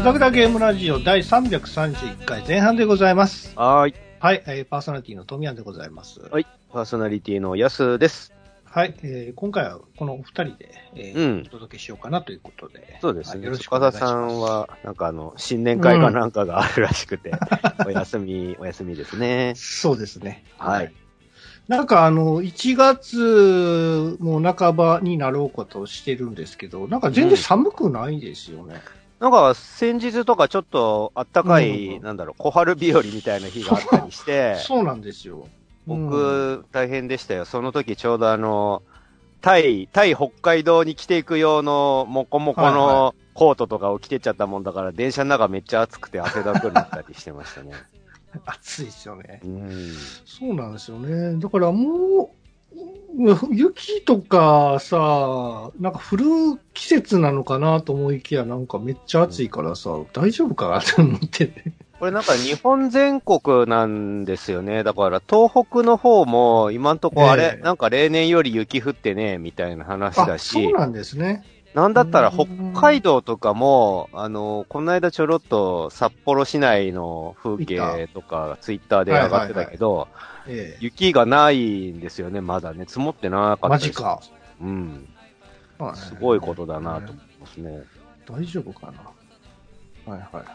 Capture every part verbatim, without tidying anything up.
ラクダゲームラジオ第さんびゃくさんじゅういっかい前半でございます。 はーい。 はい、えー、パーソナリティのトミヤンでございます。 はい。パーソナリティのヤスです。 はい、えー、今回はこのお二人で、えーうん、お届けしようかなということで。 そうですね。 よろしくお願いします。 塚田さんは、なんかあの、新年会かなんかがあるらしくて、うん、お休み、お休みですね。 そうですね。 はい。 なんかあの、いちがつも半ばになろうかとしてるんですけど、なんか全然寒くないですよね。うんなんか、先日とかちょっとあったかい、うん、なんだろう、小春日和みたいな日があったりして、 そうなんですよ。 僕、うん、大変でしたよ。その時ちょうどあの、タイ、タイ北海道に着ていく用のモコモコのコートとかを着てっちゃったもんだから、はいはい、電車の中めっちゃ暑くて汗だくになったりしてましたね。 暑いですよね。 うん。 そうなんですよね。だからもう、雪とかさ、なんか降る季節なのかなと思いきや、なんかめっちゃ暑いからさ、うん、大丈夫かなと思ってね。 これなんか日本全国なんですよね。だから東北の方も今んとこあれ、えー、なんか例年より雪降ってね、みたいな話だし。 そうなんですね。 なんだったら北海道とかも、あの、この間ちょろっと札幌市内の風景とかツイッターで上がってたけど、はいはいはいええ、雪がないんですよね、まだね。積もってなかったです。 マジか。 うん。すごいことだなと思いますね。 大丈夫かな。はいはいはい。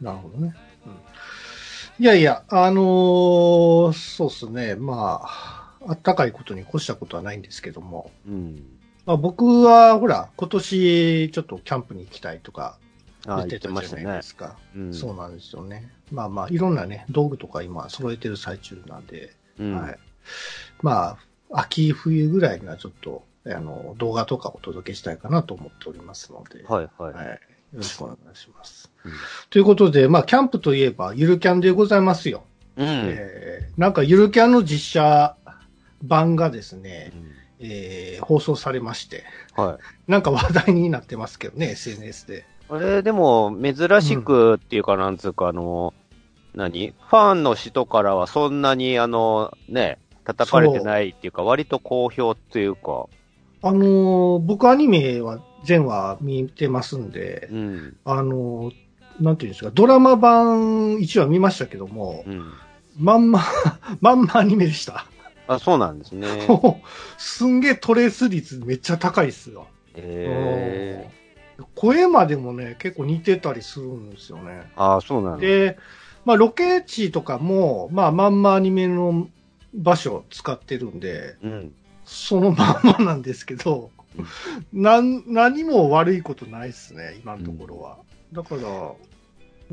なるほどね。うん、いやいや、あのー、そうっすね。まあ、あったかいことに越したことはないんですけども。 うんまあ、僕は、ほら、今年ちょっとキャンプに行きたいとか言ってたじゃないですか。ねうん、そうなんですよね。まあまあ、いろんなね、道具とか今揃えてる最中なんで、うん、はい。まあ、秋冬ぐらいにはちょっと、あの、動画とかお届けしたいかなと思っておりますので、 はいはい。 はい、よろしくお願いします。うん、ということで、まあ、キャンプといえば、ゆるキャンでございますよ。 うん、 えー、なんかゆるキャンの実写版がですね、うんえー、放送されまして、 はい。 なんか話題になってますけどね、エスエヌエス で。 あれ、でも、珍しくっていうか、なんつうか、うん、あの、何ファンの人からはそんなに、あの、ね、叩かれてないっていうか、割と好評っていうか。 あのー、僕アニメは全話見てますんで、 うん、 あのー、なんていうんですか、ドラマ版いちわ見ましたけども、 うん、 まんま、まんまアニメでした。 あ、そうなんですね。 すんげえトレース率めっちゃ高いっすよ。 へー。声までもね、結構似てたりするんですよね。 ああ、そうなの。 で、まあロケ地とかも、まあまんまアニメの場所を使ってるんで、 うん、 そのまんまなんですけど、うん、な何も悪いことないっすね、今のところは。うん、だから、うん、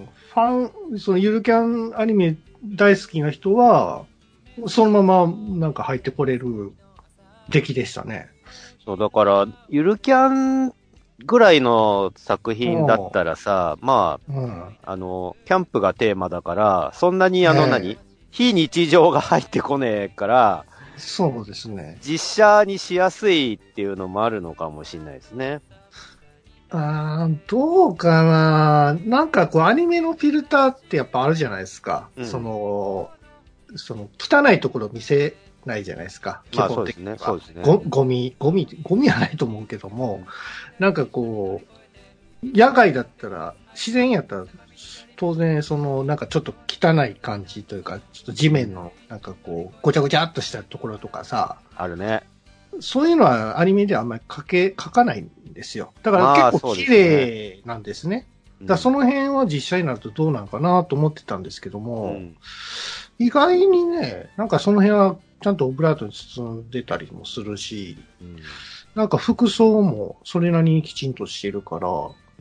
ファン、そのゆるキャンアニメ大好きな人は、そのままなんか入ってこれる出来でしたね。 そう、だから、ゆるキャンぐらいの作品だったらさ、まあ、うん、あの、キャンプがテーマだから、そんなにあの何、ね、非日常が入ってこねえから、 そうですね。 実写にしやすいっていうのもあるのかもしれないですね。 あー、どうかな。なんかこうアニメのフィルターってやっぱあるじゃないですか。うん、その、その汚いところ見せないじゃないですか。基本的には。 まあ、そうですね。 ごゴミ、ゴミ、ゴミはないと思うけども、なんかこう、野外だったら、自然やったら、当然そのなんかちょっと汚い感じというか、ちょっと地面のなんかこう、ごちゃごちゃっとしたところとかさ。 あるね。 そういうのはアニメではあんまり書け、書かないんですよ。だから結構綺麗なんですね。まあ、だからその辺は実写になるとどうなのかなと思ってたんですけども、うん、意外にね、なんかその辺はちゃんとオブラートに包んでたりもするし、うん、なんか服装もそれなりにきちんとしてるから、うん、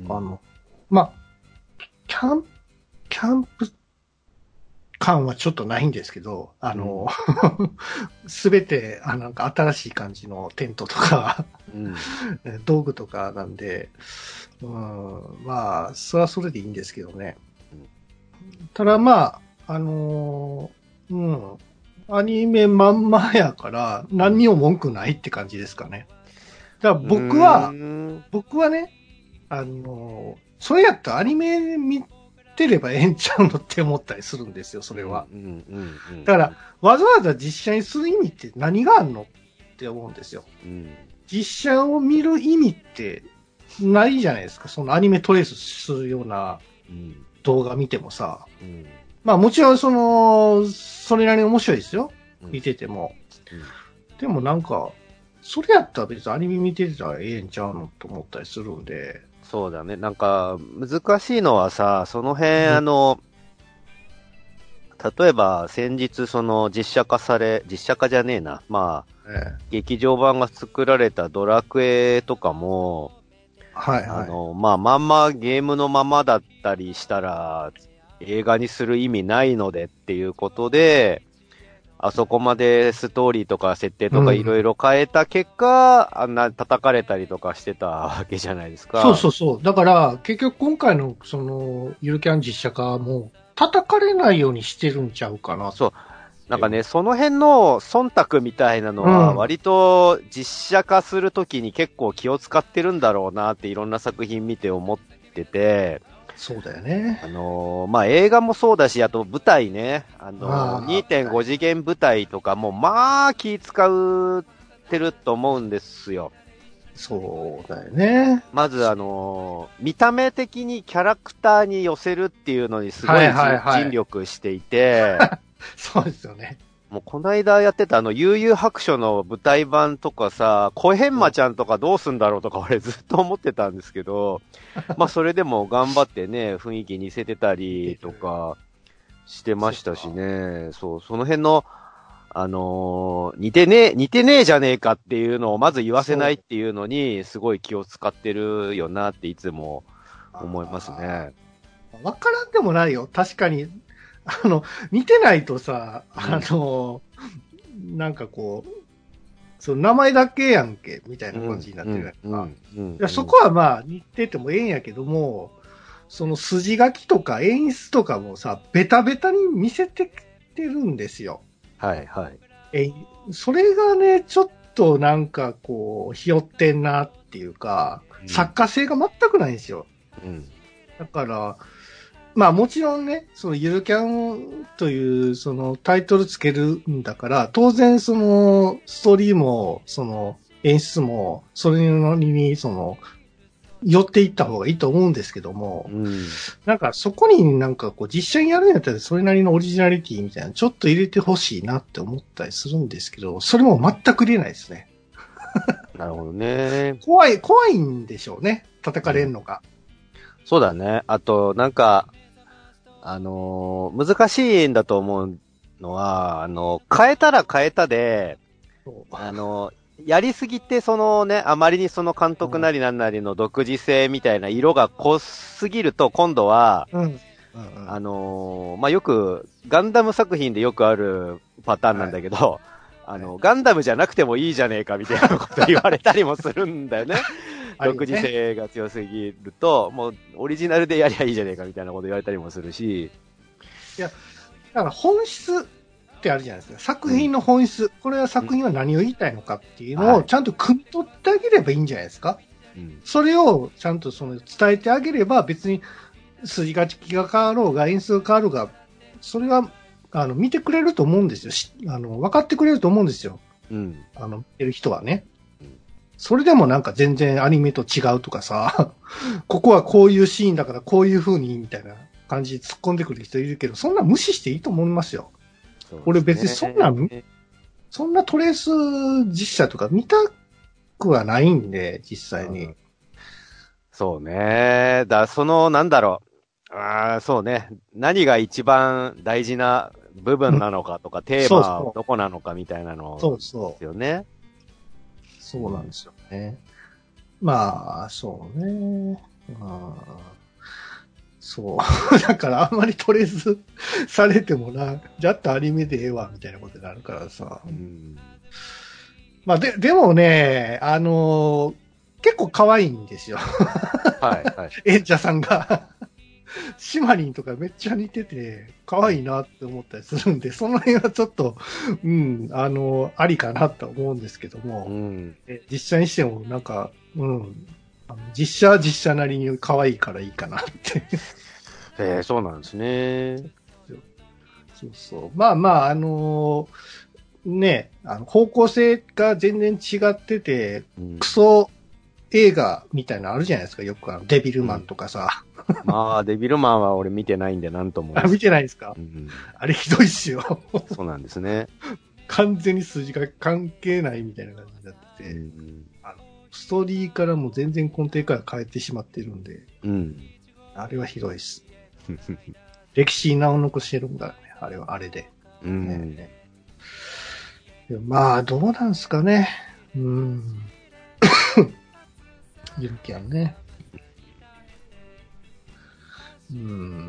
あの、まあ、キャン、キャンプ感はちょっとないんですけど、あの、すべ、うん、て、あ、なんか新しい感じのテントとか、うん、道具とかなんで、うん、まあ、それはそれでいいんですけどね。うん、ただまあ、あのー、うん、アニメまんまやから何にも文句ないって感じですかね。だから僕は、僕はね、あのー、それやったらアニメ見てればええんちゃうのって思ったりするんですよ、それは。だから、わざわざ実写にする意味って何があるのって思うんですよ。うん、実写を見る意味ってないじゃないですか。そのアニメトレースするような動画見てもさ。うん、まあもちろんその、それなりに面白いですよ。見てても。うんうん、でもなんか、それやったら別にアニメ見てたらええんちゃうのと思ったりするんで。 そうだね。なんか、難しいのはさ、その辺、うん、あの、例えば先日その実写化され、実写化じゃねえな。まあ、ええ、劇場版が作られたドラクエとかも、はいはい。あの、まあ、まんまゲームのままだったりしたら、映画にする意味ないのでっていうことで、あそこまでストーリーとか設定とかいろいろ変えた結果、うん、あんな叩かれたりとかしてたわけじゃないですか。 そうそうそう。だから、結局今回のその、ゆるキャン実写化も、叩かれないようにしてるんちゃうかな。 そう。なんかね、その辺の忖度みたいなのは、割と実写化するときに結構気を使ってるんだろうなっていろんな作品見て思ってて、 そうだよね。 あのー、まあ、映画もそうだし、あと舞台ね、あのー、にてんご 次元舞台とかも、まあ、気使うてると思うんですよ。 そうだよね。 まず、あのー、見た目的にキャラクターに寄せるっていうのにすごい、はいはいはい、尽力していて、 そうですよね。 もうこの間やってたあの、悠々白書の舞台版とかさ、小変魔ちゃんとかどうすんだろうとか俺ずっと思ってたんですけど、まあそれでも頑張ってね、雰囲気似せてたりとかしてましたしね、そう、その辺の、あのー、似てねえ、似てねえじゃねえかっていうのをまず言わせないっていうのに、すごい気を使ってるよなっていつも思いますね。 わからんでもないよ。確かに。あの、似てないとさ、あの、うん、なんかこう、その名前だけやんけ、みたいな感じになってるやんか。そこはまあ似ててもええんやけども、その筋書きとか演出とかもさ、ベタベタに見せてきてるんですよ。 はいはい。 え、それがね、ちょっとなんかこう、ひよってんなっていうか、うん、作家性が全くないんですよ。うん、だから、まあもちろんね、そのゆるキャンというそのタイトルつけるんだから、当然そのストーリーも、その演出も、それなりにその、寄っていった方がいいと思うんですけども、うん、なんかそこになんかこう実写にやるんやったらそれなりのオリジナリティみたいなちょっと入れてほしいなって思ったりするんですけど、それも全く入れないですね。 なるほどね。 怖い、怖いんでしょうね。叩かれるのが、 うん。そうだね。あと、なんか、あのー、難しいんだと思うのは、あの、変えたら変えたで、あの、やりすぎて、そのね、あまりにその監督なりなんなりの独自性みたいな色が濃すぎると、今度は、うんうんうん、あのー、まあ、よく、ガンダム作品でよくあるパターンなんだけど、はい、あの、ガンダムじゃなくてもいいじゃねえかみたいなこと言われたりもするんだよね。独自性が強すぎると、もうオリジナルでやりゃいいじゃねえかみたいなこと言われたりもするし。 いや、だから本質ってあるじゃないですか。作品の本質。うん、これは作品は何を言いたいのかっていうのをちゃんと汲み取ってあげればいいんじゃないですか。うん、それをちゃんとその伝えてあげれば別に筋書きが変わろうが演出が変わろうが、それはあの見てくれると思うんですよ。あの分かってくれると思うんですよ。うん、あの見てる人はね。それでもなんか全然アニメと違うとかさ、ここはこういうシーンだからこういう風にみたいな感じで突っ込んでくる人いるけど、そんな無視していいと思いますよ。すね、俺別にそんな、そんなトレース実写とか見たくはないんで、実際に。うん、 そうね。だ、その、なんだろう。ああ、そうね。何が一番大事な部分なのかとか、うん、テーマはどこなのかみたいなのですよね。 そうなんですよね。まあ、そうね。まあ、そう。だからあんまりトレースされてもな、じゃったアニメでええわ、みたいなことになるからさ。うん、まあで、でもね、あのー、結構可愛いんですよ。はい、はい。演者さんが。シマリンとかめっちゃ似てて、可愛いなって思ったりするんで、その辺はちょっと、うん、あの、ありかなと思うんですけども、うん、実写にしてもなんか、うん、実写は実写なりに可愛いからいいかなって。 えー、そうなんですね。 そうそう。まあまあ、あのー、ね、あの方向性が全然違ってて、うん、クソ映画みたいなのあるじゃないですか。よくあの、デビルマンとかさ。 うん、まあ、デビルマンは俺見てないんでなんとも。 あ、見てないですか、 うん、 あれひどいっすよ。 そうなんですね。 完全に数字が関係ないみたいな感じになってて、うん、あのストーリーからも全然根底から変えてしまってるんで、うん、あれはひどいっす。歴史に名を残してるんだね、あれは、あれで。うん、ね、まあ、どうなんすかね。うん。ゆるキャンね。うん。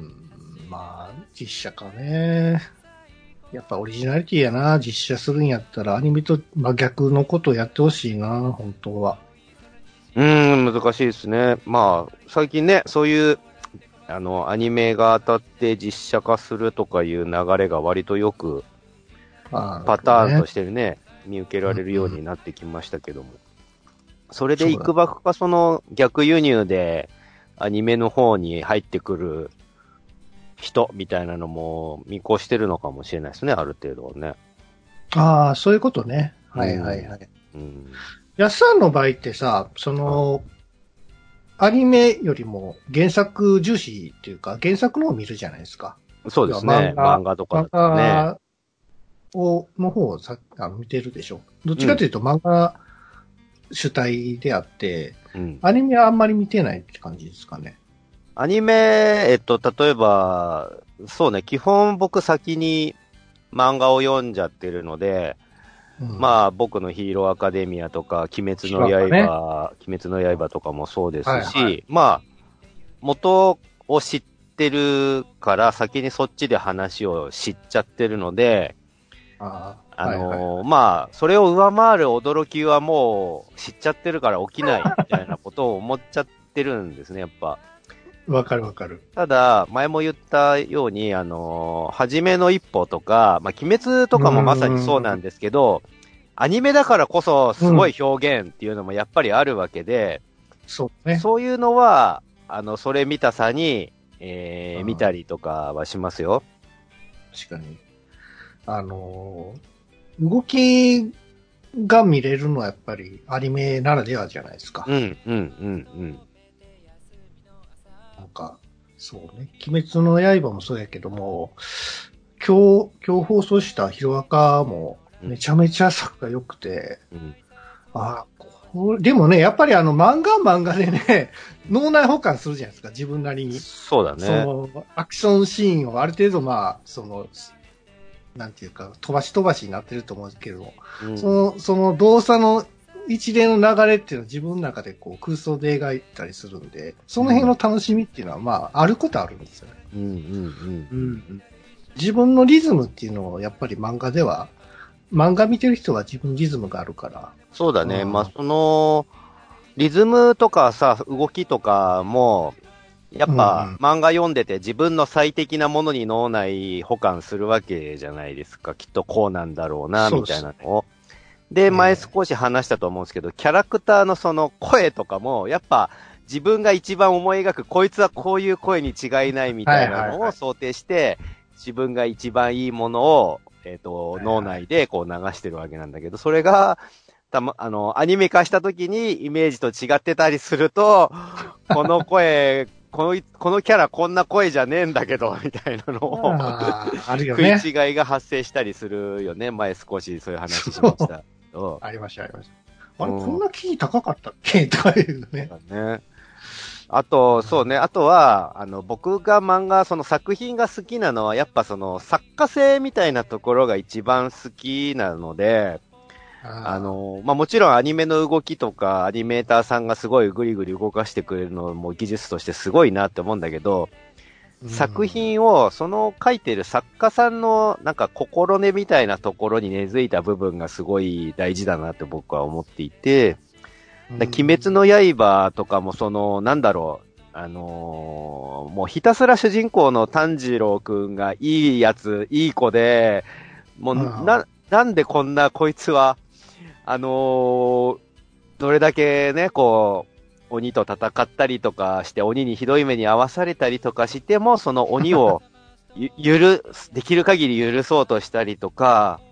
まあ、実写かね。やっぱオリジナリティやな。実写するんやったらアニメと真逆のことをやってほしいな、本当は。 うーん、難しいですね。まあ、最近ね、そういう、あの、アニメが当たって実写化するとかいう流れが割とよく、パターンとしてね、見受けられるようになってきましたけども。うんうん、それでいくばくかその逆輸入でアニメの方に入ってくる人みたいなのも見越してるのかもしれないですね、ある程度はね。 ああ、そういうことね。はいはいはい。うん。やすさんの場合ってさ、その、アニメよりも原作重視っていうか、原作のを見るじゃないですか。 そうですね。漫画、漫画とかだとね。漫画を、の方をさあの見てるでしょ。どっちかというと漫画主体であって、うん、アニメはあんまり見てないって感じですかね。 アニメ、えっと、例えば、そうね、基本僕先に漫画を読んじゃってるので、うん、まあ僕のヒーローアカデミアとか、鬼滅の刃、ね、鬼滅の刃とかもそうですし、はいはい、まあ、元を知ってるから先にそっちで話を知っちゃってるので、ああのーはいはい、まあ、それを上回る驚きはもう知っちゃってるから起きないみたいなことを思っちゃってるんですね、やっぱ。 わかるわかる。 ただ、前も言ったように、あのー、初めの一歩とか、まあ、鬼滅とかもまさにそうなんですけど、アニメだからこそすごい表現っていうのもやっぱりあるわけで、 うん、そうね。 そういうのは、あの、それ見たさに、えー、見たりとかはしますよ。 確かに。あのー、動きが見れるのはやっぱりアニメならではじゃないですか。 うん、うん、うん、うん。 なんか、そうね。鬼滅の刃もそうやけども、今日、今日放送したヒロアカもめちゃめちゃ作が良くて、うん、あこれ、でもね、やっぱりあの漫画漫画でね、脳内保管するじゃないですか、自分なりに。 そうだね。 その、アクションシーンをある程度まあ、その、なんていうか、飛ばし飛ばしになってると思うんですけど、うん、その、その動作の一連の流れっていうのは自分の中でこう空想で描いたりするんで、その辺の楽しみっていうのはまあ、あることあるんですよね。うんうんうん。うん、自分のリズムっていうのをやっぱり漫画では、漫画見てる人は自分のリズムがあるから。 そうだね。うん、まあ、その、リズムとかさ、動きとかも、やっぱ、漫画読んでて自分の最適なものに脳内保管するわけじゃないですか。きっとこうなんだろうな、みたいなのを。で、前少し話したと思うんですけど、キャラクターのその声とかも、やっぱ自分が一番思い描く、こいつはこういう声に違いないみたいなのを想定して、自分が一番いいものを、えっと、脳内でこう流してるわけなんだけど、それが、たま、あの、アニメ化した時にイメージと違ってたりすると、この声、この、このキャラこんな声じゃねえんだけど、みたいなのを、 ああるよね。 食い違いが発生したりするよね。前少しそういう話しました。 ありました、ありました。あれ、うん、こんなキー高かったっけとかいうね。 ね。あと、そうね。あとは、あの、僕が漫画、その作品が好きなのは、やっぱその作家性みたいなところが一番好きなので、あの、まあ、もちろんアニメの動きとか、アニメーターさんがすごいグリグリ動かしてくれるのも技術としてすごいなって思うんだけど、作品を、その書いてる作家さんのなんか心根みたいなところに根付いた部分がすごい大事だなって僕は思っていて、鬼滅の刃とかもその、なんだろう、あのー、もうひたすら主人公の炭治郎くんがいいやつ、いい子で、もうな、なんでこんなこいつは、あのー、どれだけね、こう、鬼と戦ったりとかして、鬼にひどい目に遭わされたりとかしても、その鬼をゆ、ゆる、できる限り許そうとしたりとか、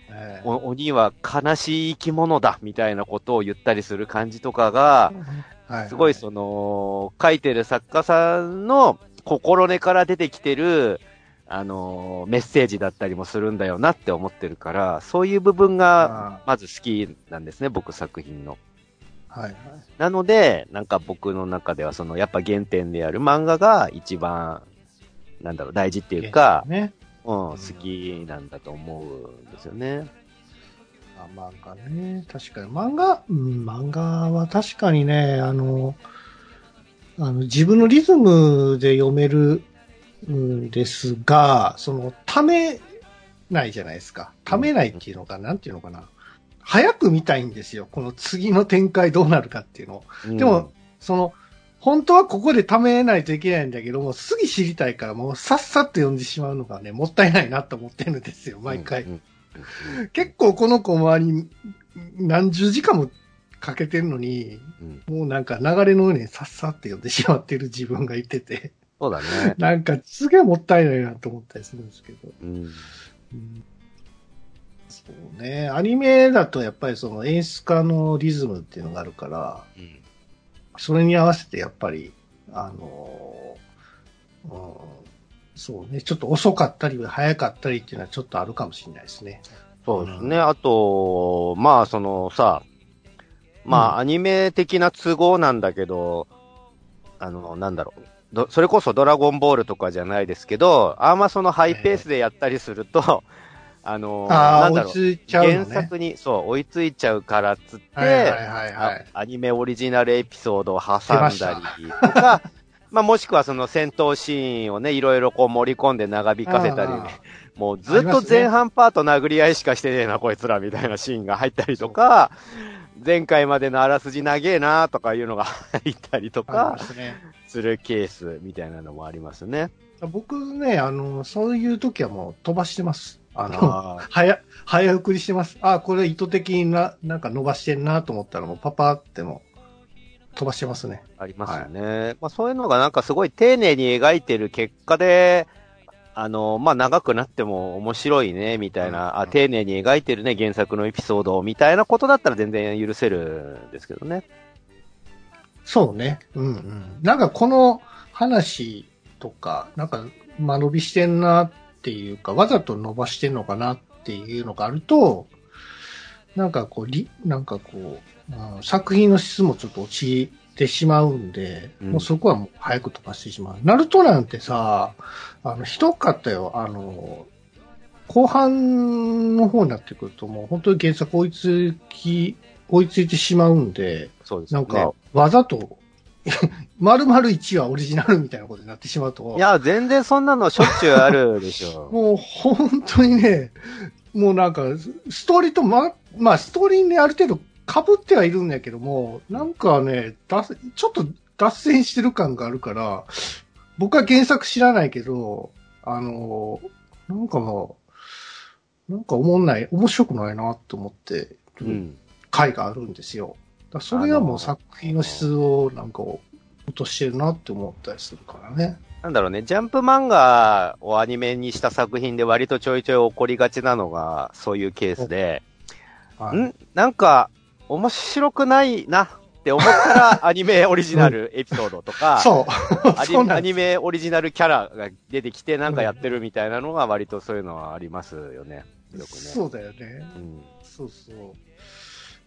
えー、鬼は悲しい生き物だみたいなことを言ったりする感じとかが、はいはい、すごいその、書いてる作家さんの心根から出てきてる、あのー、メッセージだったりもするんだよなって思ってるから、そういう部分がまず好きなんですね、僕作品の。はいはい。なので、なんか僕の中ではその、やっぱ原点である漫画が一番、なんだろう、大事っていうか、ね、うん、好きなんだと思うんですよね。 あ、漫画ね。確かに。漫画、うん、漫画は確かにね、あの、あの自分のリズムで読めるんですが、その、ためないじゃないですか。ためないっていうのか、うん、なんていうのかな。早く見たいんですよ。この次の展開どうなるかっていうのを。うん、でも、その、本当はここでためないといけないんだけども、次知りたいからもうさっさと読んでしまうのがね、もったいないなと思ってるんですよ、毎回。うんうんうん、結構この子周りに何十時間もかけてるのに、うん、もうなんか流れのようにさっさと読んでしまってる自分がいてて。 そうだね。 なんかすげえもったいないなと思ったりするんですけど。うんうん、そうね。アニメだとやっぱりその演出家のリズムっていうのがあるから、うん、それに合わせてやっぱり、あのーうん、そうね、ちょっと遅かったり早かったりっていうのはちょっとあるかもしれないですね。 そうですね。うん、あと、まあそのさ、まあ、うん、アニメ的な都合なんだけど、あの、なんだろう。どそれこそドラゴンボールとかじゃないですけど、あんまそのハイペースでやったりすると、えー、あのー、なんだろう、追いついちゃうのね、原作に、そう、追いついちゃうからっつって、はいはいはいはい、アニメオリジナルエピソードを挟んだりとか、まあもしくはその戦闘シーンをね、いろいろこう盛り込んで長引かせたり、もうずっと前半パート殴り合いしかしてねえな、こいつらみたいなシーンが入ったりとか、前回までのあらすじ長えなとかいうのが入ったりとかするケースみたいなのもありますね。 僕ね、あの、そういう時はもう飛ばしてます。あの、あ早、早送りしてます。あ、これ意図的にな、なんか伸ばしてんなと思ったらもうパパっても飛ばしてますね。 ありますよね。はい、まあそういうのがなんかすごい丁寧に描いてる結果で、あの、まあ、長くなっても面白いね、みたいな、うん、あ、丁寧に描いてるね、原作のエピソードみたいなことだったら全然許せるんですけどね。 そうね。うんうん。なんかこの話とか、なんか間延びしてんなっていうか、わざと伸ばしてんのかなっていうのがあると、なんかこう、りなんかこう、うん、作品の質もちょっと落ちてしまうんで、うん、もうそこはもう早く飛ばしてしまう。ナルトなんてさ、あの、ひどかったよ。あの、後半の方になってくるともう本当に原作追いつき、追いついてしまうんで、 そうですね、 なんかわざと、丸々いちわオリジナルみたいなことになってしまうと。 いや、全然そんなのしょっちゅうあるでしょ。 もう本当にね、もうなんか、ストーリーとま、まあストーリーにある程度被ってはいるんだけども、なんかね、だちょっと脱線してる感があるから、僕は原作知らないけど、あの、なんかもう、なんか思んない、面白くないなって思ってる回があるんですよ。だそれはもう作品の質をなんか落としてるなって思ったりするからね。 なんだろうね、ジャンプ漫画をアニメにした作品で割とちょいちょい起こりがちなのが、そういうケースで、はい、んなんか、面白くないなって思ったら、アニメオリジナルエピソードとか、 そうアニ。アニメオリジナルキャラが出てきてなんかやってるみたいなのが割とそういうのはありますよね。よくね。 そうだよね。うん、そうそう。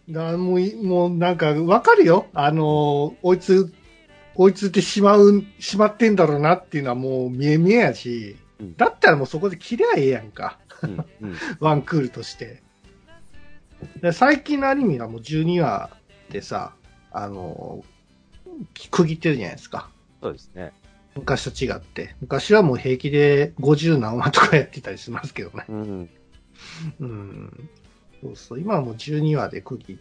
だもう、もうなんかわかるよ。あの、追いつ、追いついてしまう、しまってんだろうなっていうのはもう見え見えやし、うん、だったらもうそこで切りゃええやんか。うんうん、ワンクールとして。で最近のアニメはもうじゅうにわでさ、あの、区切ってるじゃないですか。 そうですね。 昔と違って。昔はもう平気でごじゅう何話とかやってたりしますけどね。うん。うん。そうそう。今はもうじゅうにわで区切って、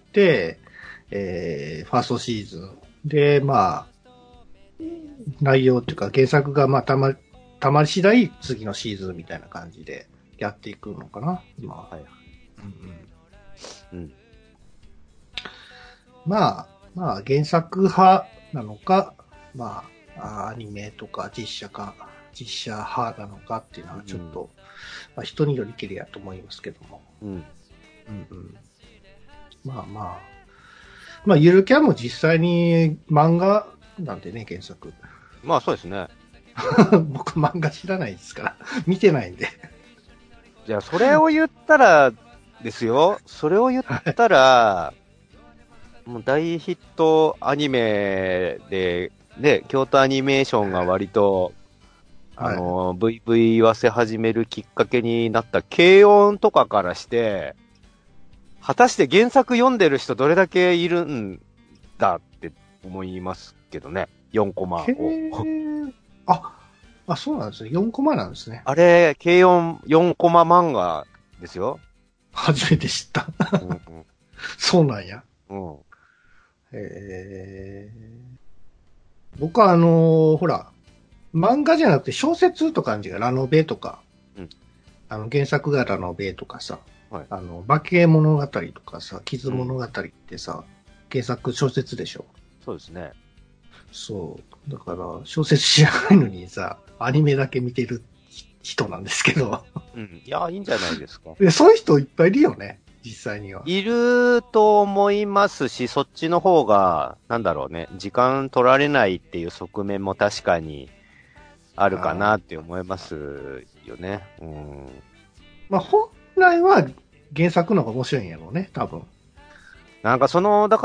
えー、ファーストシーズン。で、まあ、内容っていうか原作がまあたま、たまり次第次のシーズンみたいな感じでやっていくのかな。今は。はい。うんうん。うん。まあ、まあ原作派なのか、まあ、アニメとか実写か、実写派なのかっていうのはちょっと、うん、まあ人によりきりやと思いますけども。うん。 うんうん。まあまあ。まあ、ゆるキャンも実際に漫画なんでね、原作。 まあそうですね。 僕漫画知らないですから。見てないんで。 じゃあ、それを言ったらですよ。それを言ったら、もう大ヒットアニメで、ね、京都アニメーションが割と、あの、はい、ブイブイ 言わせ始めるきっかけになった軽音とかからして、果たして原作読んでる人どれだけいるんだって思いますけどね。よんコマを。 あ、あ、そうなんですね。よんコマなんですね。 あれ、軽音よんコマ漫画ですよ。 初めて知った。うんうん、そうなんや。うん。えー、僕はあのー、ほら、漫画じゃなくて小説とかがラノベとか、うん、あの原作がラノベとかさ、はい、あの、化け物語とかさ、傷物語ってさ、うん、原作小説でしょ。 そうですね。 そう。だから、小説知らないのにさ、アニメだけ見てる人なんですけど。 うん。いや、いいんじゃないですか。 そういう人いっぱいいるよね。実際には。 いると思いますし、そっちの方が、なんだろうね、時間取られないっていう側面も確かにあるかなって思いますよね。うん。 まあ、本来は原作の方が面白いんやろうね、多分。 なんかその、だから、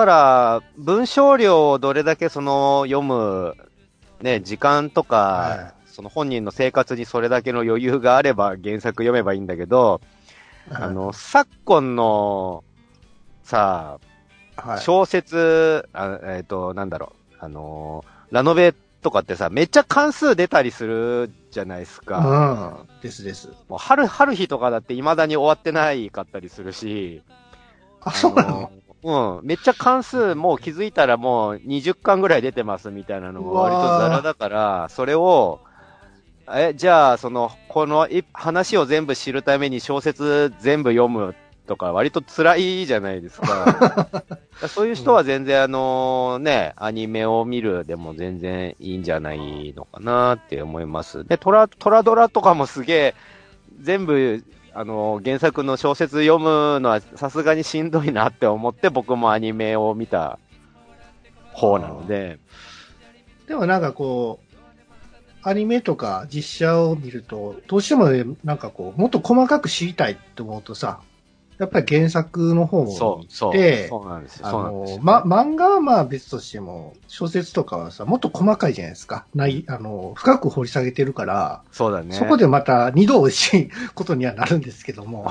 文章量をどれだけその、読む、ね、時間とか、はい、その本人の生活にそれだけの余裕があれば原作読めばいいんだけど、はい、あの、昨今の、さあ、はい、小説、あえっ、ー、と、なんだろう、あのー、ラノベとかってさ、めっちゃ関数出たりするじゃないですか。 うん。ですです。 もう春、春日とかだって未だに終わってないかったりするし。 あ、そうなの？ うん。めっちゃ関数もう気づいたらもうにじゅっかんぐらい出てますみたいなのが割とザラだから、それを、え、じゃあ、その、この話を全部知るために小説全部読むとか割と辛いじゃないですか。そういう人は全然あのね、アニメを見るでも全然いいんじゃないのかなって思います。で、トラ、トラドラとかもすげえ、全部、あの、原作の小説読むのはさすがにしんどいなって思って僕もアニメを見た方なので。 でもなんかこう、アニメとか実写を見ると、どうしてもね、なんかこう、もっと細かく知りたいって思うとさ、やっぱり原作の方も見て、 そうそうそうなんですよ。 あの、ま、漫画はまあ別としても、小説とかはさ、もっと細かいじゃないですか。ない、あの、深く掘り下げてるから、 そうだね。 そこでまた二度美味しいことにはなるんですけども。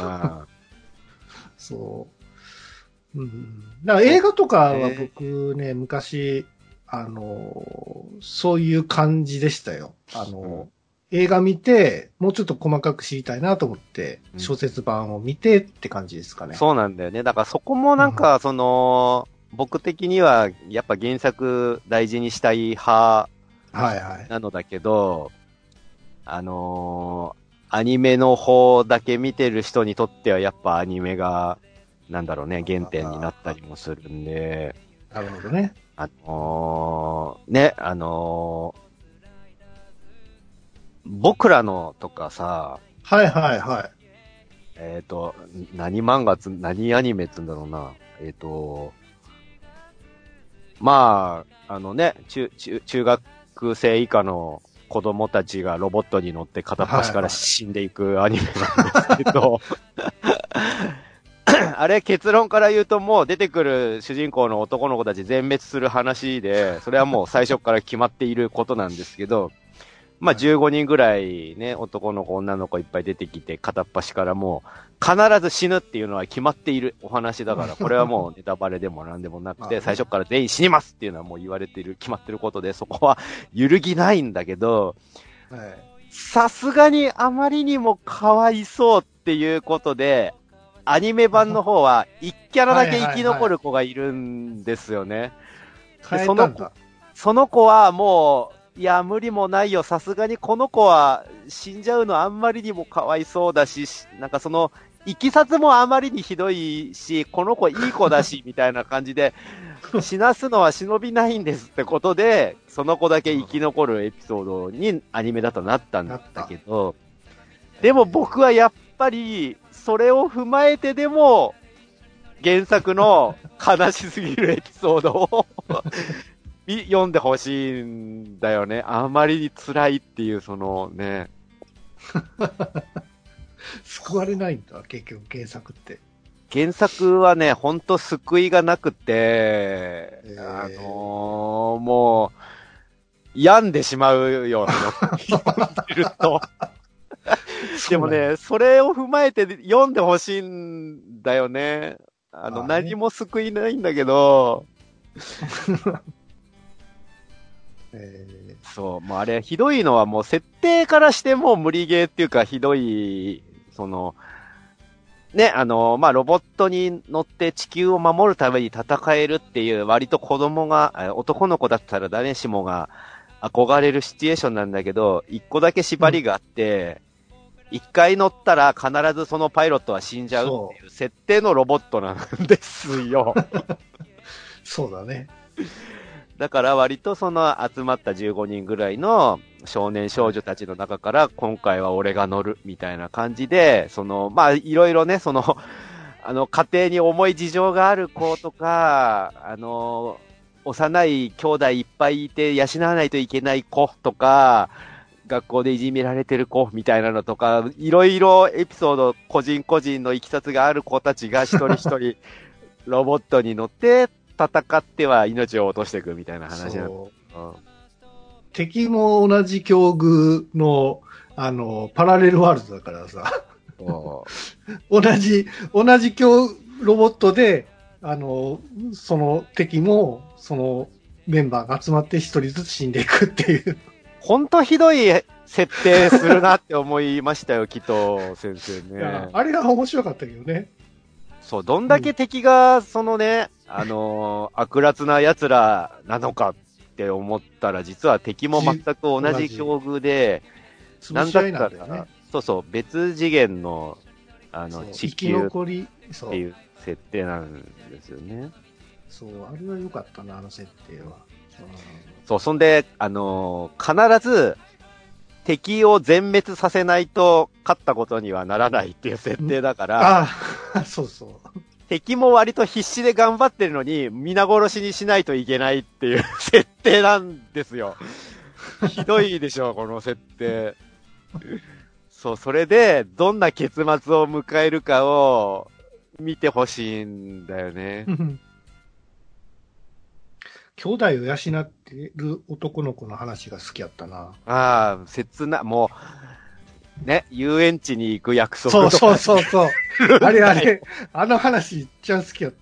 そう。うん。だから映画とかは僕ね、昔、あの、そういう感じでしたよ。あの、うん、映画見て、もうちょっと細かく知りたいなと思って、小説版を見てって感じですかね。 そうなんだよね。だからそこもなんか、その、うん、僕的にはやっぱ原作大事にしたい派なのだけど、はいはい、あのー、アニメの方だけ見てる人にとってはやっぱアニメが、なんだろうね、原点になったりもするんで。 なるほどね。 あのー、ね、あのー、僕らのとかさ、 はいはいはい。 えっ、ー、と、何漫画つ、何アニメつんだろうな。えっ、ー、と、まあ、あのね、中、中、中学生以下の子供たちがロボットに乗って片っ端から死んでいくアニメなんですけど、はいはい、あれ結論から言うともう出てくる主人公の男の子たち全滅する話で、それはもう最初から決まっていることなんですけど、まあじゅうごにんぐらいね、男の子女の子いっぱい出てきて片っ端からもう必ず死ぬっていうのは決まっているお話だから、これはもうネタバレでもなんでもなくて、最初から全員死にますっていうのはもう言われている、決まってることで、そこは揺るぎないんだけど、さすがにあまりにもかわいそうっていうことで、アニメ版の方は一キャラだけ生き残る子がいるんですよね。でその子、その子はもう、いや、無理もないよ。さすがにこの子は死んじゃうのあんまりにもかわいそうだし、なんかその、いきさつもあまりにひどいし、この子いい子だし、みたいな感じで、死なすのは忍びないんですってことで、その子だけ生き残るエピソードにアニメだとなったんだけど、でも僕はやっぱり、それを踏まえてでも、 原作の悲しすぎるエピソードを読んでほしいんだよね。あまりに辛いっていう、そのね。 救われないんだ、結局原作って。 原作はね、ほんと救いがなくて、あのー、もう、病んでしまうよ、読んでると。でもね、それを踏まえて読んでほしいんだよね。あの、あ何も救いないんだけど、えー、そう、もうあれ、ひどいのはもう設定からしても無理ゲーっていうかひどい、その、ね、あの、まあ、ロボットに乗って地球を守るために戦えるっていう割と子供が、男の子だったら誰しもが憧れるシチュエーションなんだけど、一個だけ縛りがあって、一、うん、回乗ったら必ずそのパイロットは死んじゃうっていう設定のロボットなんですよ。 そうだね。 だから割とその集まったじゅうごにんぐらいの少年少女たちの中から今回は俺が乗るみたいな感じで、その、まあいろいろね、その、あの家庭に重い事情がある子とか、あの、幼い兄弟いっぱいいて養わないといけない子とか、学校でいじめられてる子みたいなのとか、いろいろエピソード個人個人のいきさつがある子たちが一人一人ロボットに乗って戦っては命を落としていくみたいな話なんです、うん、 敵も同じ境遇の、あの、パラレルワールドだからさ。同じ、同じ境、ロボットで、あの、その敵も、そのメンバーが集まって一人ずつ死んでいくっていう。 ほんとひどい設定するなって思いましたよ、きっと先生ね。 あれが面白かったけどね。 そう、どんだけ敵が、そのね、うん、あのー、悪辣な奴らなのかって思ったら、実は敵も全く同じ境遇で、なんだったら、ね、そうそう、別次元の、あの、地球っていう設定なんですよね。 そう、あれは良かったな、あの設定は。 そう、そんで、あのー、必ず、敵を全滅させないと勝ったことにはならないっていう設定だから、 ああ、そうそう。 敵も割と必死で頑張ってるのに、皆殺しにしないといけないっていう設定なんですよ。ひどいでしょ、この設定。そう、それで、どんな結末を迎えるかを見てほしいんだよね。 兄弟を養ってる男の子の話が好きやったな。 ああ、切な、もう、ね、遊園地に行く約束とか。そうそうそうそう。あれあれ、あの話いっちゃん好きやった。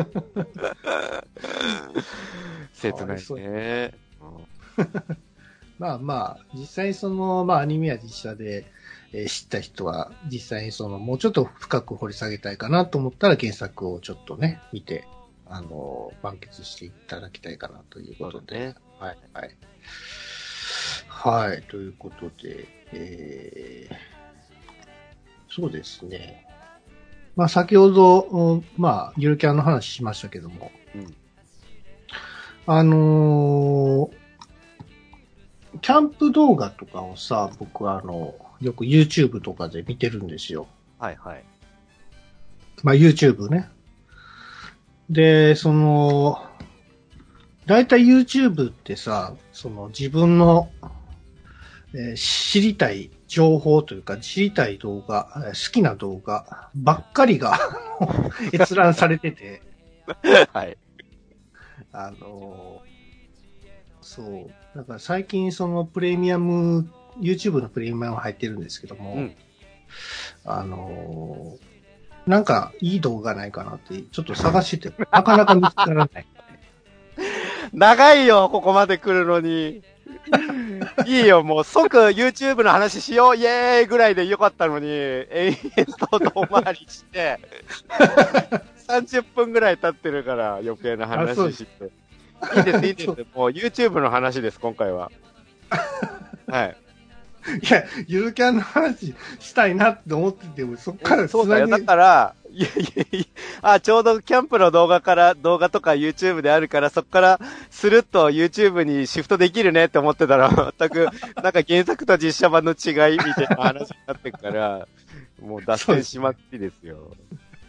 切ないね。 まあまあ、実際その、まあアニメや実写で、えー、知った人は、実際にその、もうちょっと深く掘り下げたいかなと思ったら原作をちょっとね、見て、あの、満喫していただきたいかなということで。ね、はい、はい。はい、ということで、えー、そうですね。まあ先ほど、まあ、ゆるキャンの話しましたけども、うん、あのー、キャンプ動画とかをさ、僕はあの、よく YouTube とかで見てるんですよ。 はいはい。 まあ YouTube ね。で、その、だいたい YouTube ってさ、その自分の、えー、知りたい情報というか、知りたい動画、好きな動画ばっかりが閲覧されてて。 はい。 あのー、そう。だから最近そのプレミアム、YouTube のプレミアム入ってるんですけども、うん、あのー、なんかいい動画ないかなってちょっと探してて、なかなか見つからない。 長いよ、ここまで来るのに。いいよ、もう即 YouTube の話しよう、イエーイぐらいでよかったのに、延々と遠回りして、さんじゅっぷんぐらい経ってるから余計な話して。いいです、いいです。もう YouTube の話です、今回は。はい。 いや、ゆるキャンの話したいなって思ってても、そっからそうだよ。だから、いやいやいや、あ、ちょうどキャンプの動画から、動画とか YouTube であるから、そっから、スルッと YouTube にシフトできるねって思ってたら、全く、なんか原作と実写版の違いみたいな話になってるから、もう脱線しまってですよ。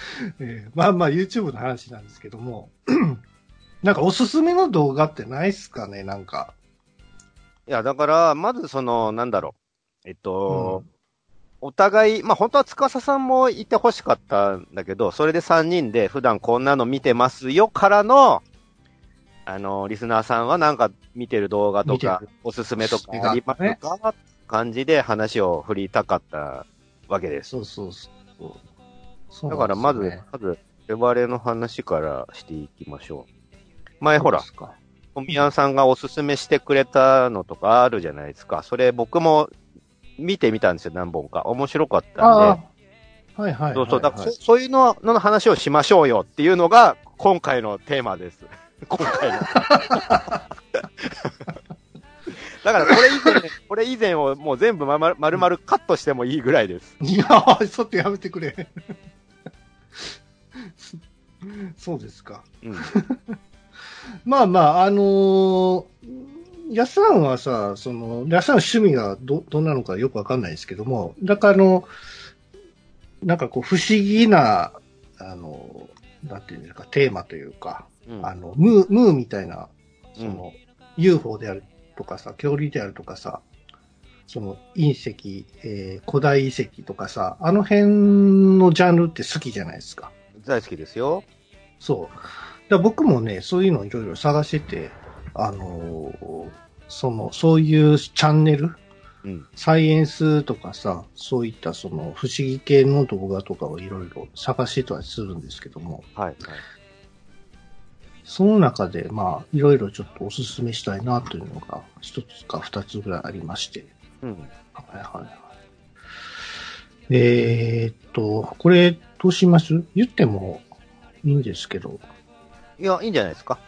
えー、まあまあ YouTube の話なんですけども、なんかおすすめの動画ってないっすかね、なんか。 いや、だから、まずその、なんだろう。えっと、うん、お互い、まあ本当は司さんもいて欲しかったんだけど、それでさんにんで普段こんなの見てますよからの、あの、リスナーさんはなんか見てる動画とか、おすすめとかありますか、ね、感じで話を振りたかったわけです。 そうそうそう。そうだからまず、ね、まず、我々の話からしていきましょう。前ほら、富谷さんがおすすめしてくれたのとかあるじゃないですか。それ僕も見てみたんですよ、何本か。面白かったんで。 はいはい、はい。 そうそう、だからそそういうのの話をしましょうよっていうのが今回のテーマです。今回の。だからこれ以前、これ以前をもう全部まま丸々カットしてもいいぐらいです。 いやー、ちょっとやめてくれ。そうですか。うん、まあまあ、あのー、安さんはさ、その、安さんの趣味がど、どんなのかよくわかんないですけども、だからあの、なんかこう、不思議な、あの、なんていうんですか、テーマというか、うん、あの、ムー、ムーみたいな、その、うん、ユーフォー であるとかさ、恐竜であるとかさ、その隕石、えー、古代遺跡とかさ、あの辺のジャンルって好きじゃないですか。 大好きですよ。 そう。だ僕もね、そういうのをいろいろ探してて、あのー、その、そういうチャンネル、うん、サイエンスとかさ、そういったその不思議系の動画とかをいろいろ探してたりするんですけども、はい、はい。その中で、まあ、いろいろちょっとおすすめしたいなというのが、一つか二つぐらいありまして、うん。はいはいはい。えー、っと、これ、どうします？言ってもいいんですけど。 いや、いいんじゃないですか。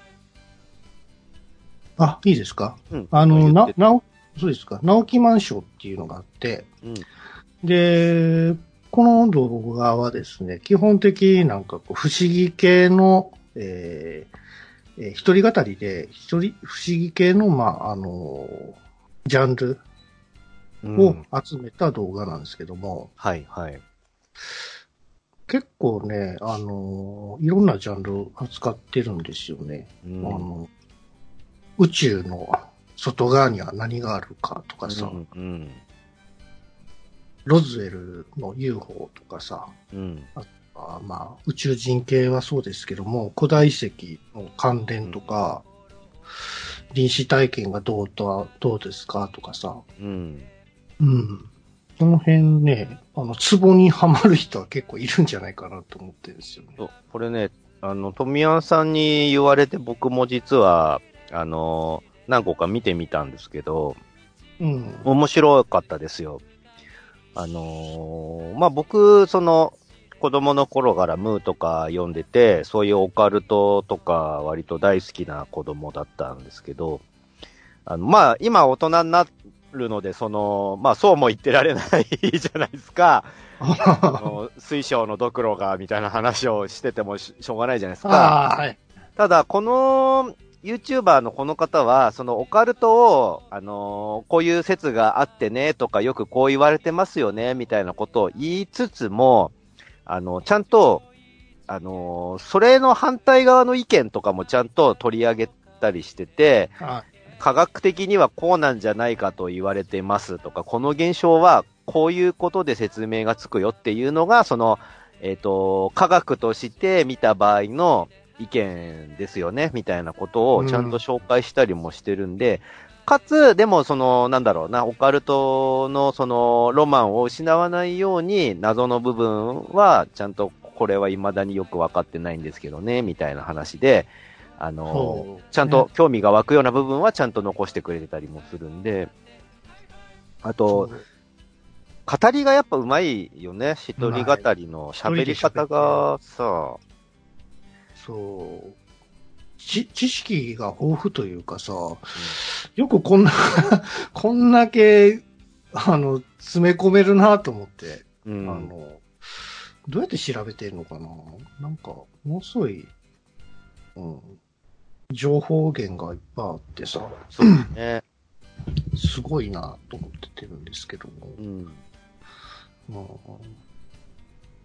あ、いいですか？うん。あの、な、なお、そうですか。直木マンションっていうのがあって、うん。で、この動画はですね、基本的になんかこう、不思議系の、えー、えー、一人語りで、一人、不思議系の、まあ、あのー、ジャンルを集めた動画なんですけども、 うん、はい、はい。 結構ね、あのー、いろんなジャンルを扱ってるんですよね。うん、あの宇宙の外側には何があるかとかさ、うんうん、ロズウェルの ユーフォー とかさ、うん、あとはまあ宇宙人系はそうですけども、古代遺跡の関連とか、うん、臨死体験がどうとはどうですかとかさ、うん。うん。その辺ね、あの、ツボにはまる人は結構いるんじゃないかなと思ってるんですよね。 そう、これね、あの、富山さんに言われて僕も実は、あの、何個か見てみたんですけど、うん。面白かったですよ。あのー、まあ、僕、その、子供の頃からムーとか読んでて、そういうオカルトとか割と大好きな子供だったんですけど、あの、まあ、今大人になるので、その、まあ、そうも言ってられないじゃないですか。あの水晶のドクロがみたいな話をしてても し, しょうがないじゃないですか。はい、ただ、この YouTuber のこの方は、そのオカルトを、あのー、こういう説があってねとか、よくこう言われてますよねみたいなことを言いつつも、あの、ちゃんと、あのー、それの反対側の意見とかもちゃんと取り上げたりしてて、はい、科学的にはこうなんじゃないかと言われてますとか、この現象はこういうことで説明がつくよっていうのが、その、えっと、科学として見た場合の意見ですよね、みたいなことをちゃんと紹介したりもしてるんで、うん、かつ、でもその、なんだろうな、オカルトのその、ロマンを失わないように、謎の部分は、ちゃんとこれは未だによくわかってないんですけどね、みたいな話で、あの、ね、ちゃんと興味が湧くような部分はちゃんと残してくれてたりもするんで、あと、語りがやっぱ上手いよね。一人語りの喋り方がさ、 そう。知、知識が豊富というかさ、うん、よくこんな、こんだけ、あの、詰め込めるなと思って、うん、あの、どうやって調べてるのかななんか、ものすごい、うん、情報源がいっぱいあってさ、 そうですね。 すごいなと思っててるんですけども。うん。まあ、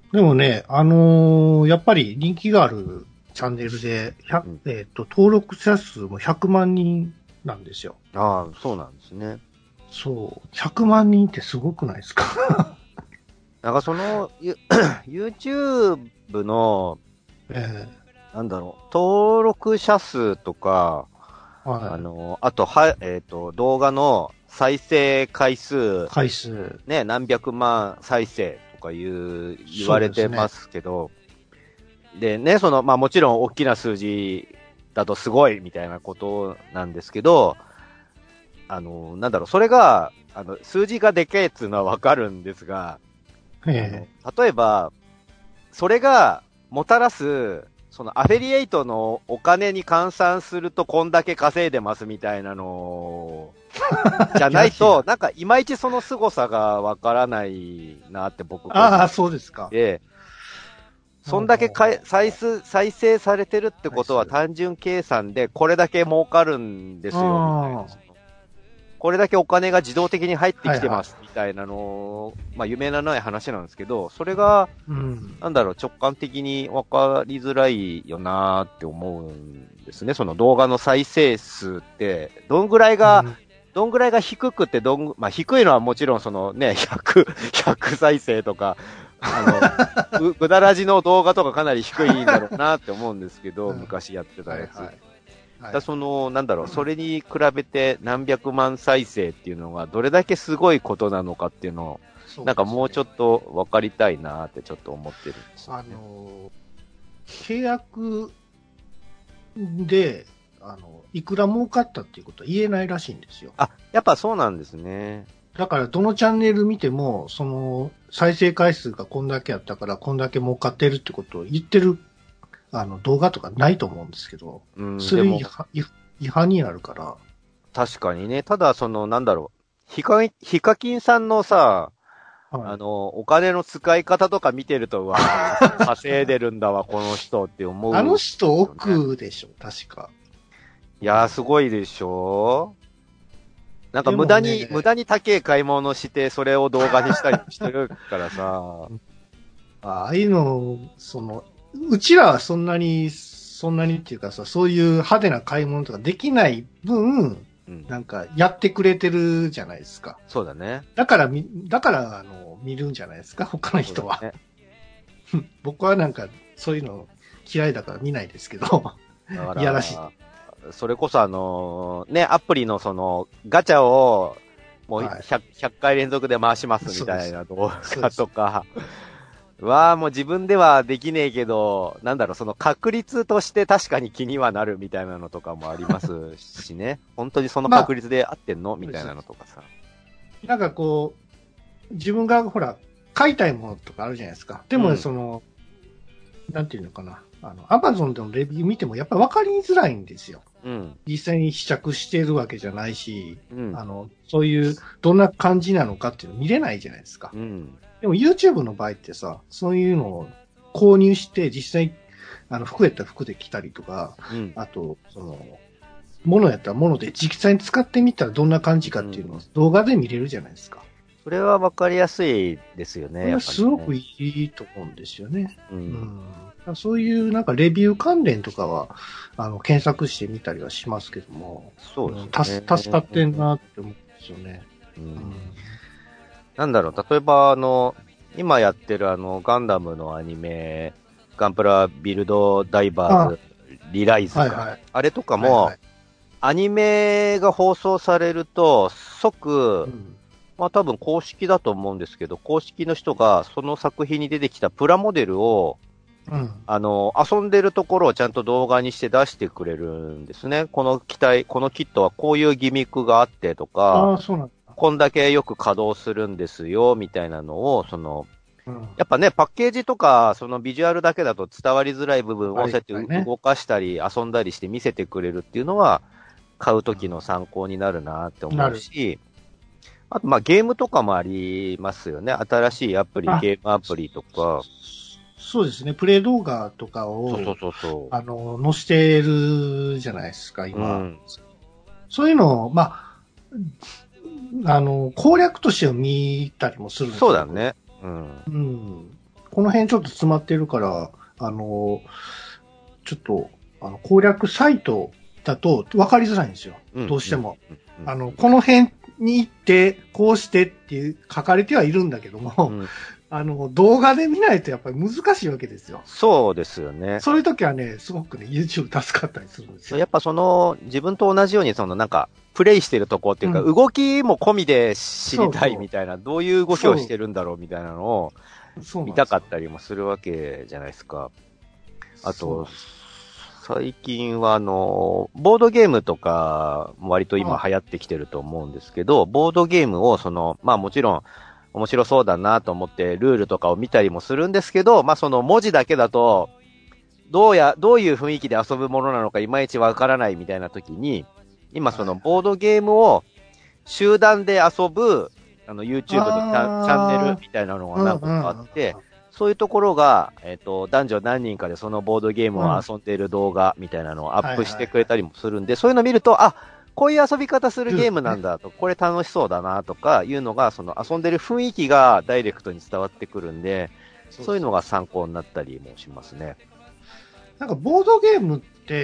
でもね、あのー、やっぱり人気があるチャンネルで、うん、えっと、登録者数もひゃくまんにんなんですよ。 ああ、そうなんですね。 そう。ひゃくまんにんってすごくないですか？ なんかその、YouTube の、えー、なんだろう、登録者数とか、はい、あの、あと、は、えっ、ー、と、動画の再生回数。 回数。 ね、何百万再生とか言う、言われてますけど、で, ね、でね、その、まあもちろん大きな数字だとすごいみたいなことなんですけど、あの、なんだろう、それが、あの、数字がでけえっていうのはわかるんですが、えー、例えば、それがもたらす、そのアフィリエイトのお金に換算するとこんだけ稼いでますみたいなのじゃないと、なんかいまいちその凄さがわからないなって僕は。ああ、そうですか。 で、そんだけか再生、再生されてるってことは単純計算でこれだけ儲かるんですよ、みたいな。これだけお金が自動的に入ってきてますみたいなの、まあ夢のない話なんですけど、それが、なんだろう、直感的に分かりづらいよなーって思うんですね。その動画の再生数って、どんぐらいが、どんぐらいが低くて、どん、まあ低いのはもちろんそのね、ひゃく、ひゃく再生とか、あの、ぐだらじの動画とかかなり低いんだろうなって思うんですけど、昔やってたやつ。だその、なんだろう、それに比べて何百万再生っていうのがどれだけすごいことなのかっていうのを、なんかもうちょっと分かりたいなってちょっと思ってるんですよね。 あの、契約で、あの、いくら儲かったっていうことは言えないらしいんですよ。 あ、やっぱそうなんですね。 だからどのチャンネル見ても、その、再生回数がこんだけあったからこんだけ儲かってるってことを言ってるあの、動画とかないと思うんですけど、うん、それ違反違反になるから。 確かにね。ただ、その、なんだろう。ヒカ、ヒカキンさんのさ、はい、あの、お金の使い方とか見てると、うわ、稼いでるんだわ、この人って思う、ね。 あの人億でしょ、確か。 いやー、すごいでしょなんか無駄に、ね、無駄に高い買い物して、それを動画にしたりしてるからさ。 ああいうの、その、うちらはそんなに、そんなにっていうかさ、そういう派手な買い物とかできない分、うん、なんかやってくれてるじゃないですか。 そうだね。 だからみ、だからあの、見るんじゃないですか、他の人は。ね、僕はなんか、そういうの嫌いだから見ないですけど、いやらしい。 それこそあのー、ね、アプリのその、ガチャを、もう ひゃく,、はい、ひゃっかい連続で回しますみたいな動画とか、は、もう自分ではできねえけど、なんだろう、その確率として確かに気にはなるみたいなのとかもありますしね。本当にその確率で合ってんの、まあ、みたいなのとかさ。 なんかこう、自分がほら、買いたいものとかあるじゃないですか。でも、その、うん、なんていうのかな。あの、アマゾンでのレビュー見てもやっぱり分かりづらいんですよ。うん、実際に試着してるわけじゃないし、うん、あの、そういう、どんな感じなのかっていうの見れないじゃないですか。うん、でも YouTube の場合ってさ、そういうのを購入して実際、あの、服やったら服で着たりとか、うん、あと、その、物やったら物で実際に使ってみたらどんな感じかっていうのを動画で見れるじゃないですか。 それは分かりやすいですよね。 これはすごくいいと思うんですよね。うんうん、そういうなんかレビュー関連とかは、あの、検索してみたりはしますけども。 そうですね。 助かってんなって思うんですよね。うんうん、 なんだろう、例えばあの、今やってるあの、ガンダムのアニメ、ガンプラビルドダイバーズリライズか。はいはい、あれとかも、はいはい、アニメが放送されると、即、うんまあ多分公式だと思うんですけど、公式の人がその作品に出てきたプラモデルを、うん、あの、遊んでるところをちゃんと動画にして出してくれるんですね。この機体、このキットはこういうギミックがあってとか、 あ、そうなんだ。 こんだけよく稼働するんですよ、みたいなのを、その、うん、やっぱね、パッケージとか、そのビジュアルだけだと伝わりづらい部分をそうやって動かしたり遊んだりして見せてくれるっていうのは、買う時の参考になるなって思うし、あと、まあ、ゲームとかもありますよね。新しいアプリ、ゲームアプリとか。 そうですね。プレイ動画とかを、 そうそうそうそう。 あの、載せてるじゃないですか、今。うん、そういうのを、まあ、あの、攻略として見たりもするんですよ。 そうだね。うん。 うん。 この辺ちょっと詰まってるから、あの、ちょっと、あの攻略サイトだと分かりづらいんですよ。うん、どうしても、うんうん。あの、この辺に行って、こうしてっていう書かれてはいるんだけども、うん、あの、動画で見ないとやっぱり難しいわけですよ。 そうですよね。 そういう時はね、すごくね、YouTube 助かったりするんですよ。 やっぱその、自分と同じようにそのなんか、プレイしてるとこっていうか、うん、動きも込みで知りたいみたいな、そうそう、どういう動きをしてるんだろうみたいなのを見たかったりもするわけじゃないですか。あと、最近はあの、ボードゲームとかも割と今流行ってきてると思うんですけど、ボードゲームをその、まあもちろん面白そうだなと思ってルールとかを見たりもするんですけど、まあその文字だけだと、どうや、どういう雰囲気で遊ぶものなのかいまいちわからないみたいな時に、今そのボードゲームを集団で遊ぶ、あの YouTube のチャ、チャンネルみたいなのが何個かあって、そういうところが、えっと、男女何人かでそのボードゲームを遊んでいる動画みたいなのをアップしてくれたりもするんで、そういうのを見ると、あ、こういう遊び方するゲームなんだと、これ楽しそうだなとかいうのが、その遊んでる雰囲気がダイレクトに伝わってくるんで、そういうのが参考になったりもしますね。 なんかボードゲームって、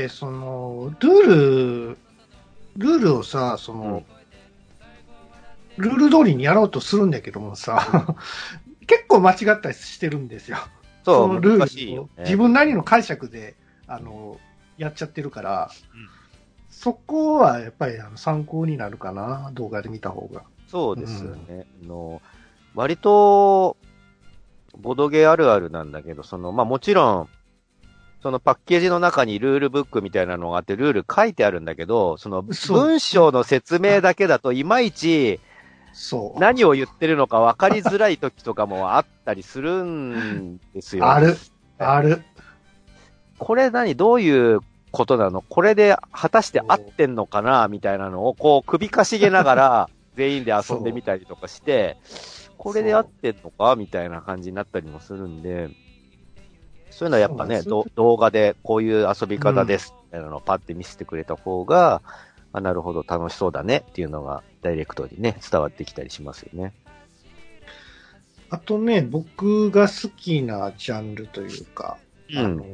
その、ルール、ルールをさ、その、うん、ルール通りにやろうとするんだけどもさ、結構間違ったりしてるんですよ。 そう、 そのル難しいよ、 ね、自分なりの解釈で、あの、やっちゃってるから、うん、そこはやっぱりあの参考になるかな、動画で見た方が。 そうですよね。うん、の割と、ボドゲあるあるなんだけど、その、まあもちろん、そのパッケージの中にルールブックみたいなのがあって、ルール書いてあるんだけど、その文章の説明だけだといまいち、そう。何を言ってるのか分かりづらい時とかもあったりするんですよ。 ある。ある。 これ何どういうことなのこれで果たして合ってんのかなみたいなのをこう首かしげながら全員で遊んでみたりとかして、これで合ってんのかみたいな感じになったりもするんで、そういうのはやっぱね、動画でこういう遊び方ですみたいなのをパッて見せてくれた方が、あ、なるほど楽しそうだねっていうのがダイレクトにね、伝わってきたりしますよね。 あとね、僕が好きなジャンルというか、うん、あの、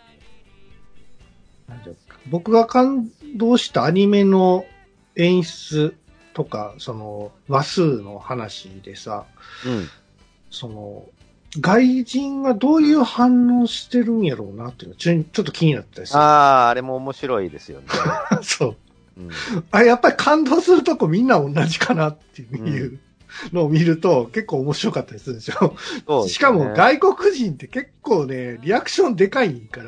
僕が感動したアニメの演出とか、その話数の話でさ、うん、その、外人がどういう反応してるんやろうなっていうのちょ、ちょっと気になったりする。 ああ、あれも面白いですよね。 そう。うん、あ、やっぱり感動するとこみんな同じかなっていうのを見ると結構面白かったりするんですよ。そうですね、しかも外国人って結構ね、リアクションでかいから、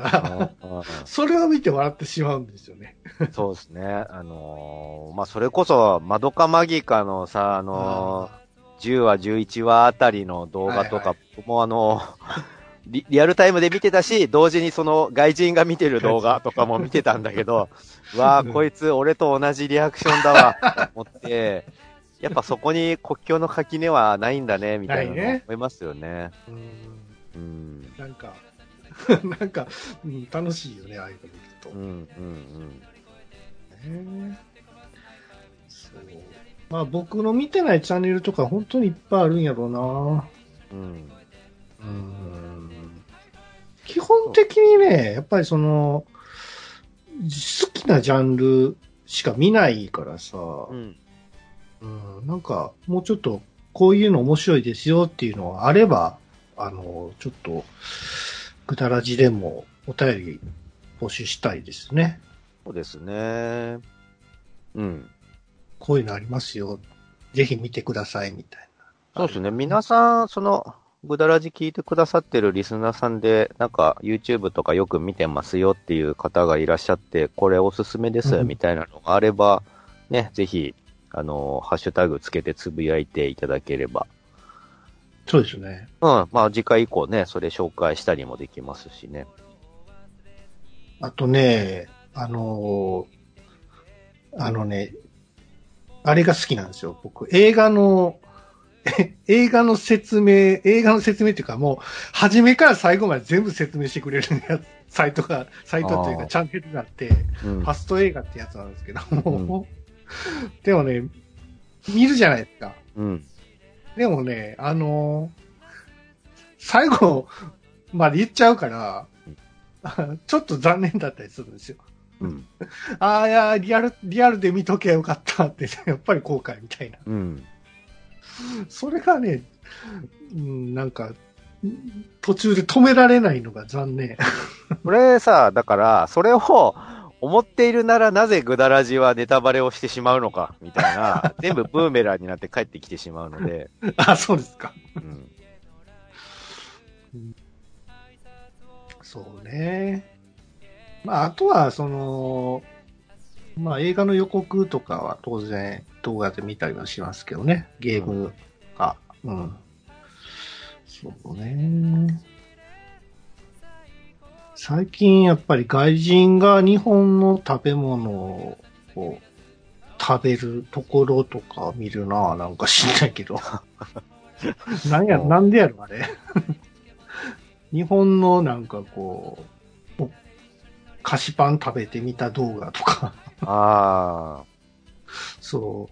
それを見て笑ってしまうんですよね。 そうですね。あのー、まあ、それこそ、マドカマギカのさ、あのー、じゅうわ、じゅういちわあたりの動画とか、僕もあのー、リ, リアルタイムで見てたし、同時にその外人が見てる動画とかも見てたんだけど、わあ、こいつ俺と同じリアクションだわ、と思って、やっぱそこに国境の垣根はないんだね、みたいなの思いますよね。 うん、うん、なんか、なんか、うん、楽しいよね、ああいうの見ると。うん、うん、うん。ね、そう。まあ僕の見てないチャンネルとか本当にいっぱいあるんやろうな。うん。うん、基本的にね、やっぱりその、好きなジャンルしか見ないからさ、うんうん、なんかもうちょっとこういうの面白いですよっていうのがあれば、あの、ちょっと、ぐだらじでもお便り募集したいですね。 そうですね。うん。 こういうのありますよ。ぜひ見てくださいみたいな。そうですね。皆さん、その、ぐだらじ聞いてくださってるリスナーさんで、なんか YouTube とかよく見てますよっていう方がいらっしゃって、これおすすめですみたいなのがあれば、うん、ね、ぜひ、あの、ハッシュタグつけてつぶやいていただければ。 そうですね。 うん。まあ次回以降ね、それ紹介したりもできますしね。 あとね、あのー、あのね、あれが好きなんですよ。僕、映画の、映画の説明、映画の説明っていうかもう、初めから最後まで全部説明してくれるやつ、サイトが、サイトというかチャンネルがあって、うん、ファスト映画ってやつなんですけども、うん、でもね、見るじゃないですか。うん、でもね、あの最後まで言っちゃうから、ちょっと残念だったりするんですよ。 うん。 ああ、いや、リアル、リアルで見とけばよかったって、やっぱり後悔みたいな。 うん。 それがね、うん、なんか、途中で止められないのが残念。 これさ、だから、それを思っているならなぜグダラジはネタバレをしてしまうのか、みたいな、全部ブーメランになって帰ってきてしまうので。 あ、そうですか。 うんうん、そうね。まあ、あとは、その、まあ、映画の予告とかは当然動画で見たりはしますけどね。ゲームが。うん。うん、そうね。最近やっぱり外人が日本の食べ物を食べるところとか見るなぁ。なんか知んないけど。なんや、なんでやろ、あれ。日本のなんかこう、菓子パン食べてみた動画とか。 ああ。 そう。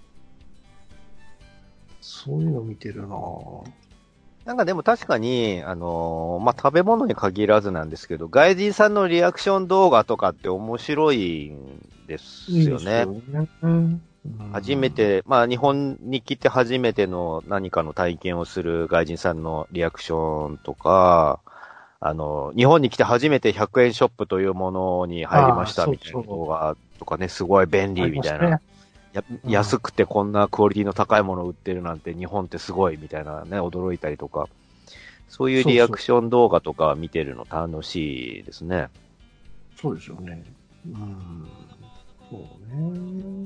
そういうの見てるなぁ。 なんかでも確かに、あのー、まあ、食べ物に限らずなんですけど、外人さんのリアクション動画とかって面白いんですよね。いいですよね。うん、初めて、まあ、日本に来て初めての何かの体験をする外人さんのリアクションとか、あの、日本に来て初めてひゃくえんショップというものに入りましたみたいな動画とかね、すごい便利みたいな。や安くてこんなクオリティの高いものを売ってるなんて日本ってすごいみたいなね、驚いたりとか、そういうリアクション動画とか見てるの楽しいですね。 そうですよね。うん。そうね。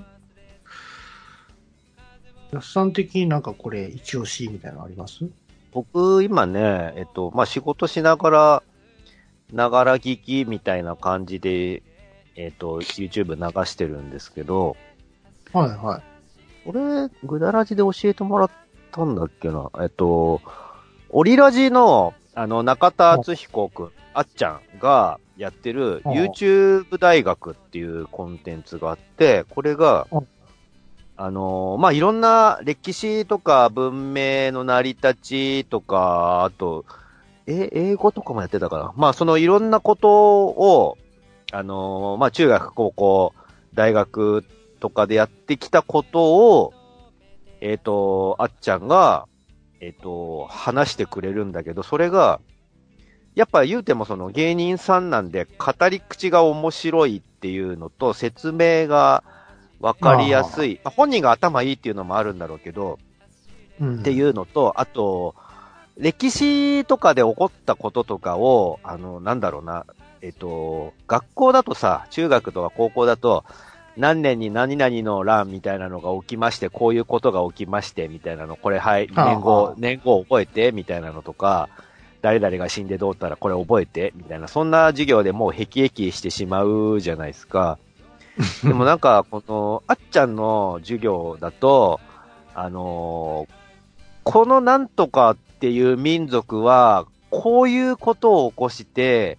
やっさん的になんかこれ一押しみたいなのあります？ 僕今ね、えっと、まあ、仕事しながら、ながら聞きみたいな感じで、えっと、YouTube 流してるんですけど、 はいはい。 これ、グダラジで教えてもらったんだっけな。えっと、オリラジの、あの、中田敦彦くん、あっちゃんがやってる YouTube 大学っていうコンテンツがあって、これが、あの、まあ、いろんな歴史とか文明の成り立ちとか、あと、え、英語とかもやってたかな。まあ、そのいろんなことを、あの、まあ、中学、高校、大学とかでやってきたことを、えっと、あっちゃんが、えっと、話してくれるんだけど、それが、やっぱ言うてもその芸人さんなんで、語り口が面白いっていうのと、説明がわかりやすい。まあ、本人が頭いいっていうのもあるんだろうけど、うん、っていうのと、あと、歴史とかで起こったこととかを、あの、なんだろうな、えっと、学校だとさ、中学とか高校だと、何年に何々の乱みたいなのが起きまして、こういうことが起きまして、みたいなの、これはい、年号、年号覚えて、みたいなのとか、誰々が死んでどうったらこれ覚えて、みたいな、そんな授業でもうへきへきしてしまうじゃないですか。でもなんか、この、あっちゃんの授業だと、あのー、このなんとかっていう民族は、こういうことを起こして、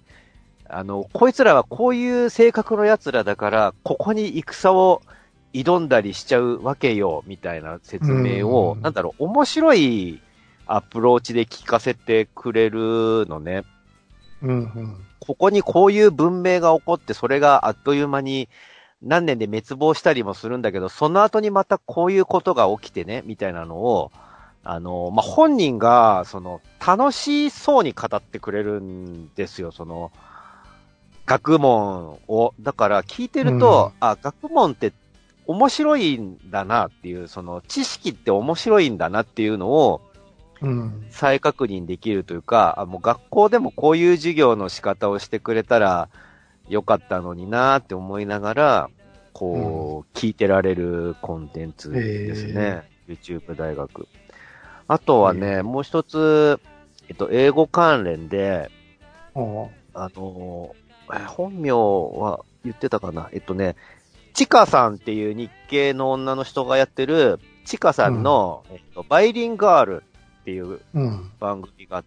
あの、こいつらはこういう性格の奴らだから、ここに戦を挑んだりしちゃうわけよ、みたいな説明を、なんだろう、面白いアプローチで聞かせてくれるのね。 うんうん、 ここにこういう文明が起こって、それがあっという間に何年で滅亡したりもするんだけど、その後にまたこういうことが起きてね、みたいなのを、あの、まあ、本人が、その、楽しそうに語ってくれるんですよ、その、学問を。だから聞いてると、うん、あ、学問って面白いんだなっていう、その知識って面白いんだなっていうのを再確認できるというか、うん、あ、もう学校でもこういう授業の仕方をしてくれたらよかったのになって思いながら、こう、聞いてられるコンテンツですね。YouTube 大学。あとはね、もう一つ、えっと、英語関連で、あの、本名は言ってたかな、えっとね、チカさんっていう日系の女の人がやってる、チカさんの、うん、えっと、バイリンガールっていう番組があって、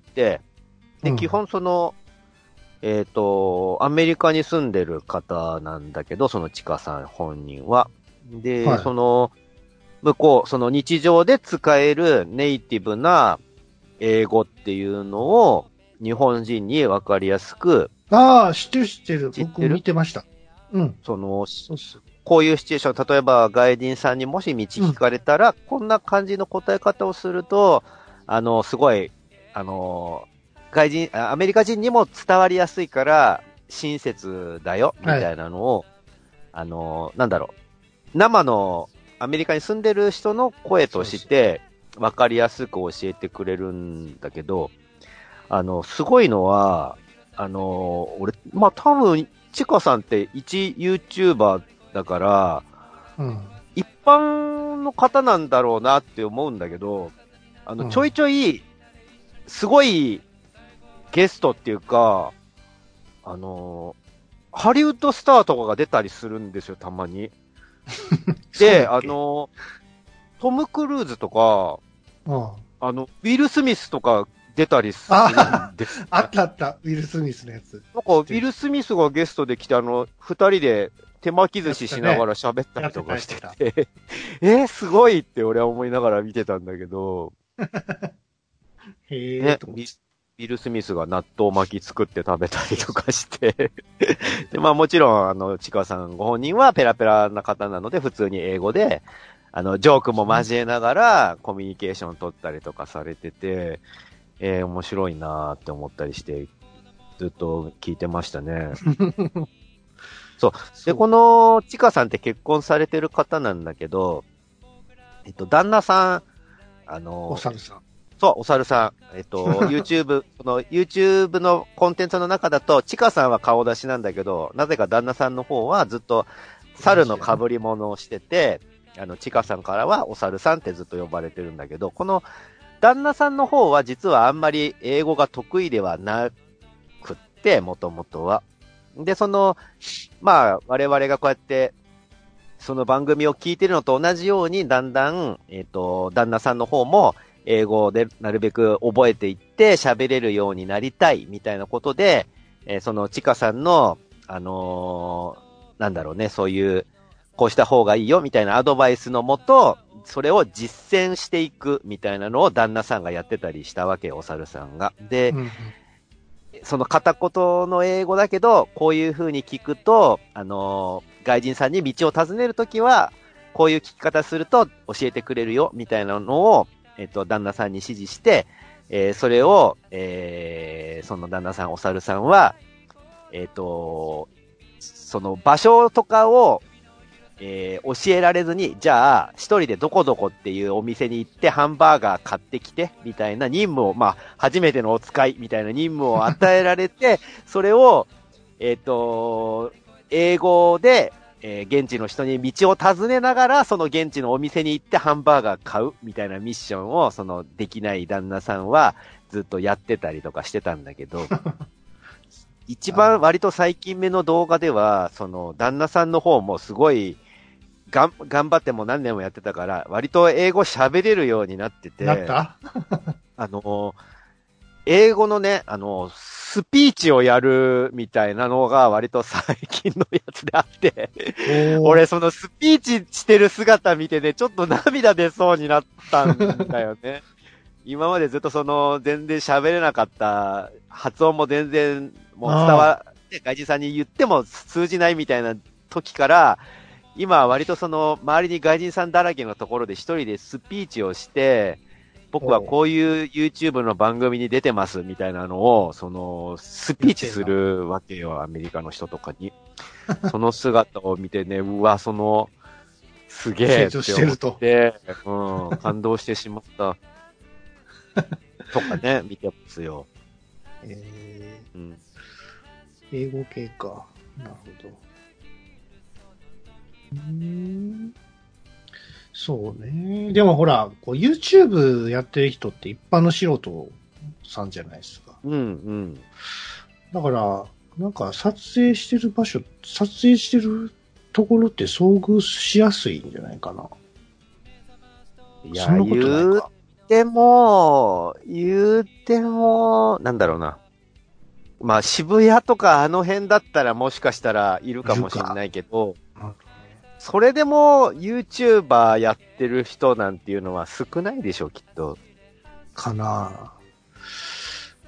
うん、で、基本その、えっと、アメリカに住んでる方なんだけど、そのチカさん本人は。で、はい、その、向こう、その日常で使えるネイティブな英語っていうのを日本人にわかりやすく。 ああ、知ってる知ってる。僕見てました。うん。 その、そうそう、こういうシチュエーション、例えば外人さんにもし道聞かれたら、うん、こんな感じの答え方をすると、あの、すごい、あの、外人、アメリカ人にも伝わりやすいから、親切だよ、みたいなのを、はい、あの、なんだろう、生のアメリカに住んでる人の声として、わかりやすく教えてくれるんだけど、あの、すごいのは、あの、俺、まあ、多分、チカさんって一 YouTuber だから、うん、一般の方なんだろうなって思うんだけど、あの、ちょいちょい、すごいゲストっていうか、あの、ハリウッドスターとかが出たりするんですよ、たまに。で、あの、トム・クルーズとか、うん、あの、ウィル・スミスとか出たりするんです、ね、 あったあった、ウィル・スミスのやつ。 なんか、ウィル・スミスがゲストで来て、あの、二人で手巻き寿司しながら喋ったりとかしてて、てえー、すごいって俺は思いながら見てたんだけど、 へー、 ね、ウィル・スミスが納豆巻き作って食べたりとかしてで、まあもちろん、あの、ちかさんご本人はペラペラな方なので、普通に英語で、あの、ジョークも交えながらコミュニケーション取ったりとかされてて、えー、面白いなーって思ったりして、ずっと聞いてましたね。そう。で、この、ちかさんって結婚されてる方なんだけど、えっと、旦那さん、あの、 おさるさん。 そう、おさるさん。えっと、YouTube、この YouTube のコンテンツの中だと、ちかさんは顔出しなんだけど、なぜか旦那さんの方はずっと猿の被り物をしてて、あの、ちかさんからはおさるさんってずっと呼ばれてるんだけど、この旦那さんの方は実はあんまり英語が得意ではなくって、もともとは。で、その、まあ、我々がこうやって、その番組を聞いてるのと同じように、だんだん、えっと、旦那さんの方も、英語でなるべく覚えていって喋れるようになりたいみたいなことで、えー、そのちかさんの、あのー、なんだろうね、そういう、こうした方がいいよみたいなアドバイスのもと、それを実践していくみたいなのを旦那さんがやってたりしたわけよ、おさるさんが。で、うんうん、その片言の英語だけど、こういう風に聞くと、あのー、外人さんに道を尋ねるときは、こういう聞き方すると教えてくれるよみたいなのを、えっと、旦那さんに指示して、えー、それを、えー、その旦那さん、おさるさんは、えっと、その場所とかを、えー、教えられずに、じゃあ、一人でどこどこっていうお店に行ってハンバーガー買ってきて、みたいな任務を、まあ、初めてのお使いみたいな任務を与えられて、それを、えっと、英語で、えー、現地の人に道を尋ねながら、その現地のお店に行ってハンバーガー買うみたいなミッションを、そのできない旦那さんはずっとやってたりとかしてたんだけど、一番割と最近目の動画では、その旦那さんの方もすごいがん頑張っても何年もやってたから、割と英語喋れるようになってて、 なったあの、英語のね、あの、スピーチをやるみたいなのが割と最近のやつであって、俺そのスピーチしてる姿見てね、ちょっと涙出そうになったんだよね。今までずっとその全然喋れなかった発音も全然もう伝わって、外人さんに言っても通じないみたいな時から、今は割とその周りに外人さんだらけのところで一人でスピーチをして、僕はこういう YouTube の番組に出てますみたいなのを、その、スピーチするわけよ、アメリカの人とかに。その姿を見てね、うわ、その、すげえって思って、うん、感動してしまった。とかね、見てますよ。 えー、うん。英語系か。なるほど。うーん。そうね。でもほら、こう YouTube やってる人って一般の素人さんじゃないですか。 うんうん。 だから、なんか撮影してる場所、撮影してるところって遭遇しやすいんじゃないかな。 いや、言っても、言っても、なんだろうな。まあ渋谷とかあの辺だったらもしかしたらいるかもしれないけど、それでも YouTuber やってる人なんていうのは少ないでしょ、きっと。 かな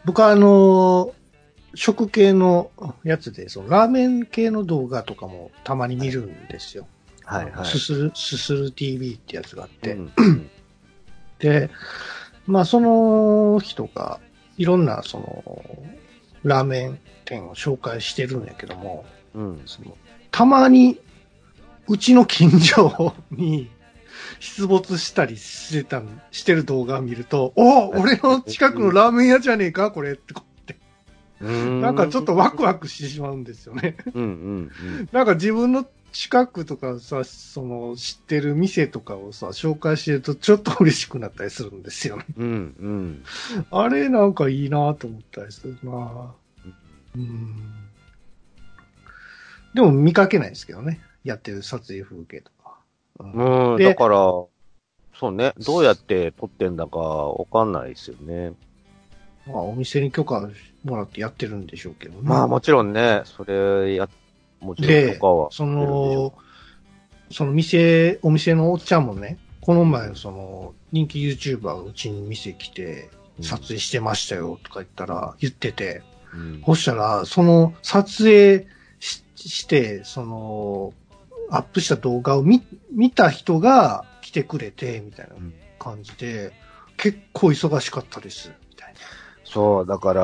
僕はあの、食系のやつで、そのラーメン系の動画とかもたまに見るんですよ。 はいはい。 すする、すする ティーブイ ってやつがあって。 うん、 で、まあその人がいろんなその、ラーメン店を紹介してるんやけども、 うん、 そのたまにうちの近所に出没したりしてた、してる動画を見ると、お俺の近くのラーメン屋じゃねえかこれって思って。なんかちょっとワクワクしてしまうんですよね。 うんうんうん、 なんか自分の近くとかさ、その知ってる店とかをさ、紹介してるとちょっと嬉しくなったりするんですよね。 うんうん、 あれなんかいいなと思ったりするな。うん。でも見かけないですけどね。やってる撮影風景とか。 うん、だから、そうね、どうやって撮ってんだかわかんないですよね。 まあ、お店に許可もらってやってるんでしょうけどね。 まあもちろんね、それや、もちろん許可は。 その、その店、お店のおっちゃんもね、この前、その、人気 YouTuber がうちに店来て、撮影してましたよ、とか言ったら、言ってて、うん、そしたら、その、撮影しして、その、アップした動画を見、見た人が来てくれて、みたいな感じで、うん、結構忙しかったです、みたいな。 そう、だから、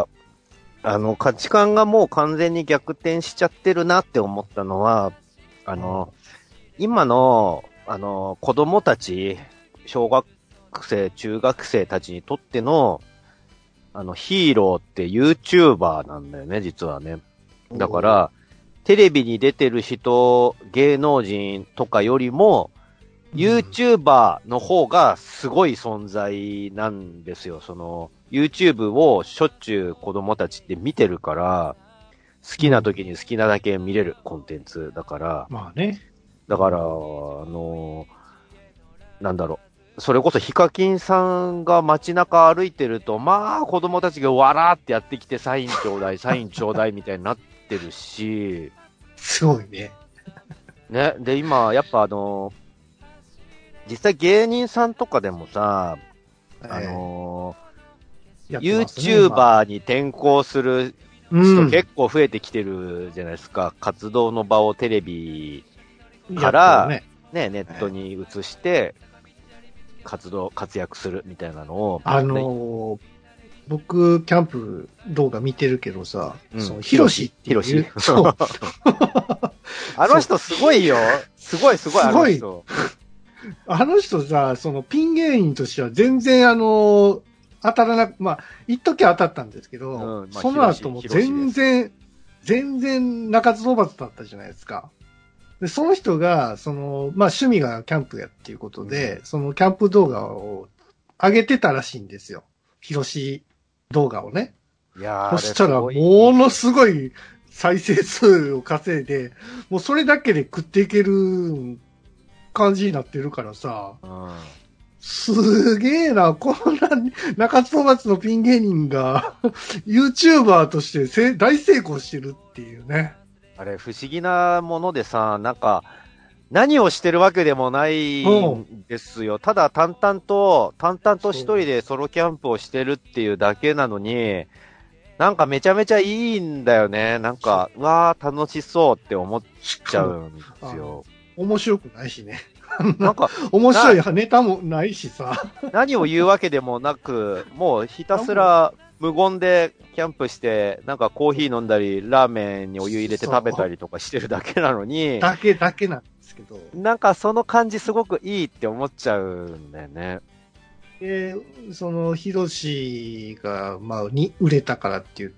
あの、価値観がもう完全に逆転しちゃってるなって思ったのは、あの、うん、今の、あの、子供たち、小学生、中学生たちにとっての、あの、ヒーローって YouTuber なんだよね、実はね。だから、テレビに出てる人、芸能人とかよりも、YouTuber の方がすごい存在なんですよ。その、YouTube をしょっちゅう子供たちって見てるから、好きな時に好きなだけ見れるコンテンツだから。 まあね。 だから、あの、なんだろう。それこそヒカキンさんが街中歩いてると、まあ子供たちが笑ってやってきてサインちょうだい、サインちょうだいみたいになってるし。 すごいね。 ね。で、今、やっぱあの、実際芸人さんとかでもさ、あのーね、YouTuber に転向する人結構増えてきてるじゃないですか。うん、活動の場をテレビからね、ね、ネットに移して活動、活躍するみたいなのを。 あのー、僕、キャンプ動画見てるけどさ、うん、そのヒロシっていう。ヒロシそう。 あの人すごいよ。すごいすごい、あの人。 あの人さ、そのピン芸人としては全然あの、当たらなく、まあ、一時当たったんですけど、うんまあ、その後も全然、全然中津討伐だったじゃないですか。で、その人が、その、まあ趣味がキャンプやっていうことで、うん、そのキャンプ動画を上げてたらしいんですよ。ヒロシ動画をね。 いやそしたら、ものすごい再生数を稼いで、もうそれだけで食っていける感じになってるからさ、うん、すげえな、こんな中津討伐のピン芸人がYouTuber として大成功してるっていうね。 あれ不思議なものでさ、なんか何をしてるわけでもないんですよ。うん、ただ淡々と、淡々と一人でソロキャンプをしてるっていうだけなのに、なんかめちゃめちゃいいんだよね。なんか、うわー楽しそうって思っちゃうんですよ。 面白くないしね。なんか、面白いネタもないしさ。 何を言うわけでもなく、もうひたすら無言でキャンプして、なんかコーヒー飲んだり、ラーメンにお湯入れて食べたりとかしてるだけなのに。 だけだけなんですけど。 なんかその感じすごくいいって思っちゃうんだよね。 で、その、ヒロシが、まあ、に売れたからって言って、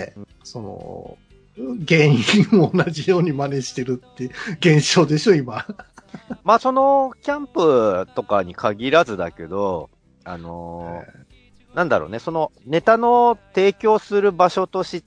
うん、その、芸人も同じように真似してるって現象でしょ、今。 まあ、その、キャンプとかに限らずだけど、あのー、なんだろうね、その、ネタの提供する場所として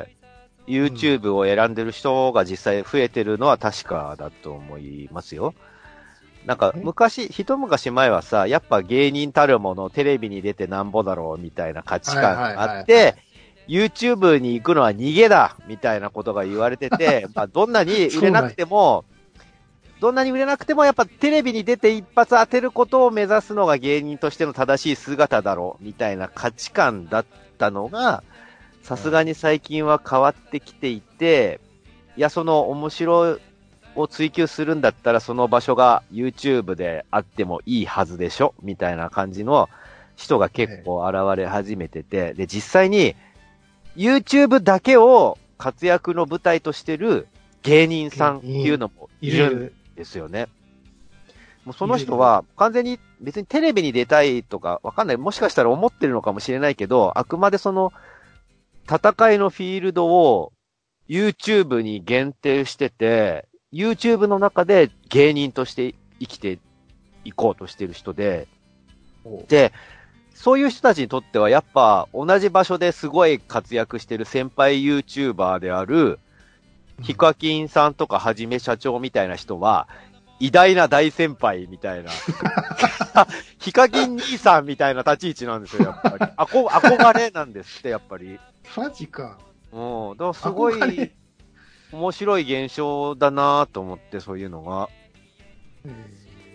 、YouTube を選んでる人が実際増えてるのは確かだと思いますよ。なんか、昔、一昔前はさ、やっぱ芸人たるもの、テレビに出てなんぼだろうみたいな価値観があって、YouTube に行くのは逃げだみたいなことが言われてて、まあ、どんなに売れなくても、どんなに売れなくてもやっぱテレビに出て一発当てることを目指すのが芸人としての正しい姿だろうみたいな価値観だっったのが、さすがに最近は変わってきていて、いや、その面白を追求するんだったら、その場所が YouTube であってもいいはずでしょみたいな感じの人が結構現れ始めてて、で、実際に YouTube だけを活躍の舞台としてる芸人さんっていうのもいるんですよね。もうその人は完全に別にテレビに出たいとかわかんない。もしかしたら思ってるのかもしれないけど、あくまでその戦いのフィールドを YouTube に限定してて、YouTube の中で芸人として生きていこうとしてる人で、で、そういう人たちにとってはやっぱ同じ場所ですごい活躍してる先輩 YouTuber である、ヒカキンさんとかはじめ社長みたいな人は、偉大な大先輩みたいな。ヒカキン兄さんみたいな立ち位置なんですよ、やっぱり。あこ、憧れなんですって、やっぱり。 マジか。 うん。だからすごい、面白い現象だなと思って、そういうのが。うん。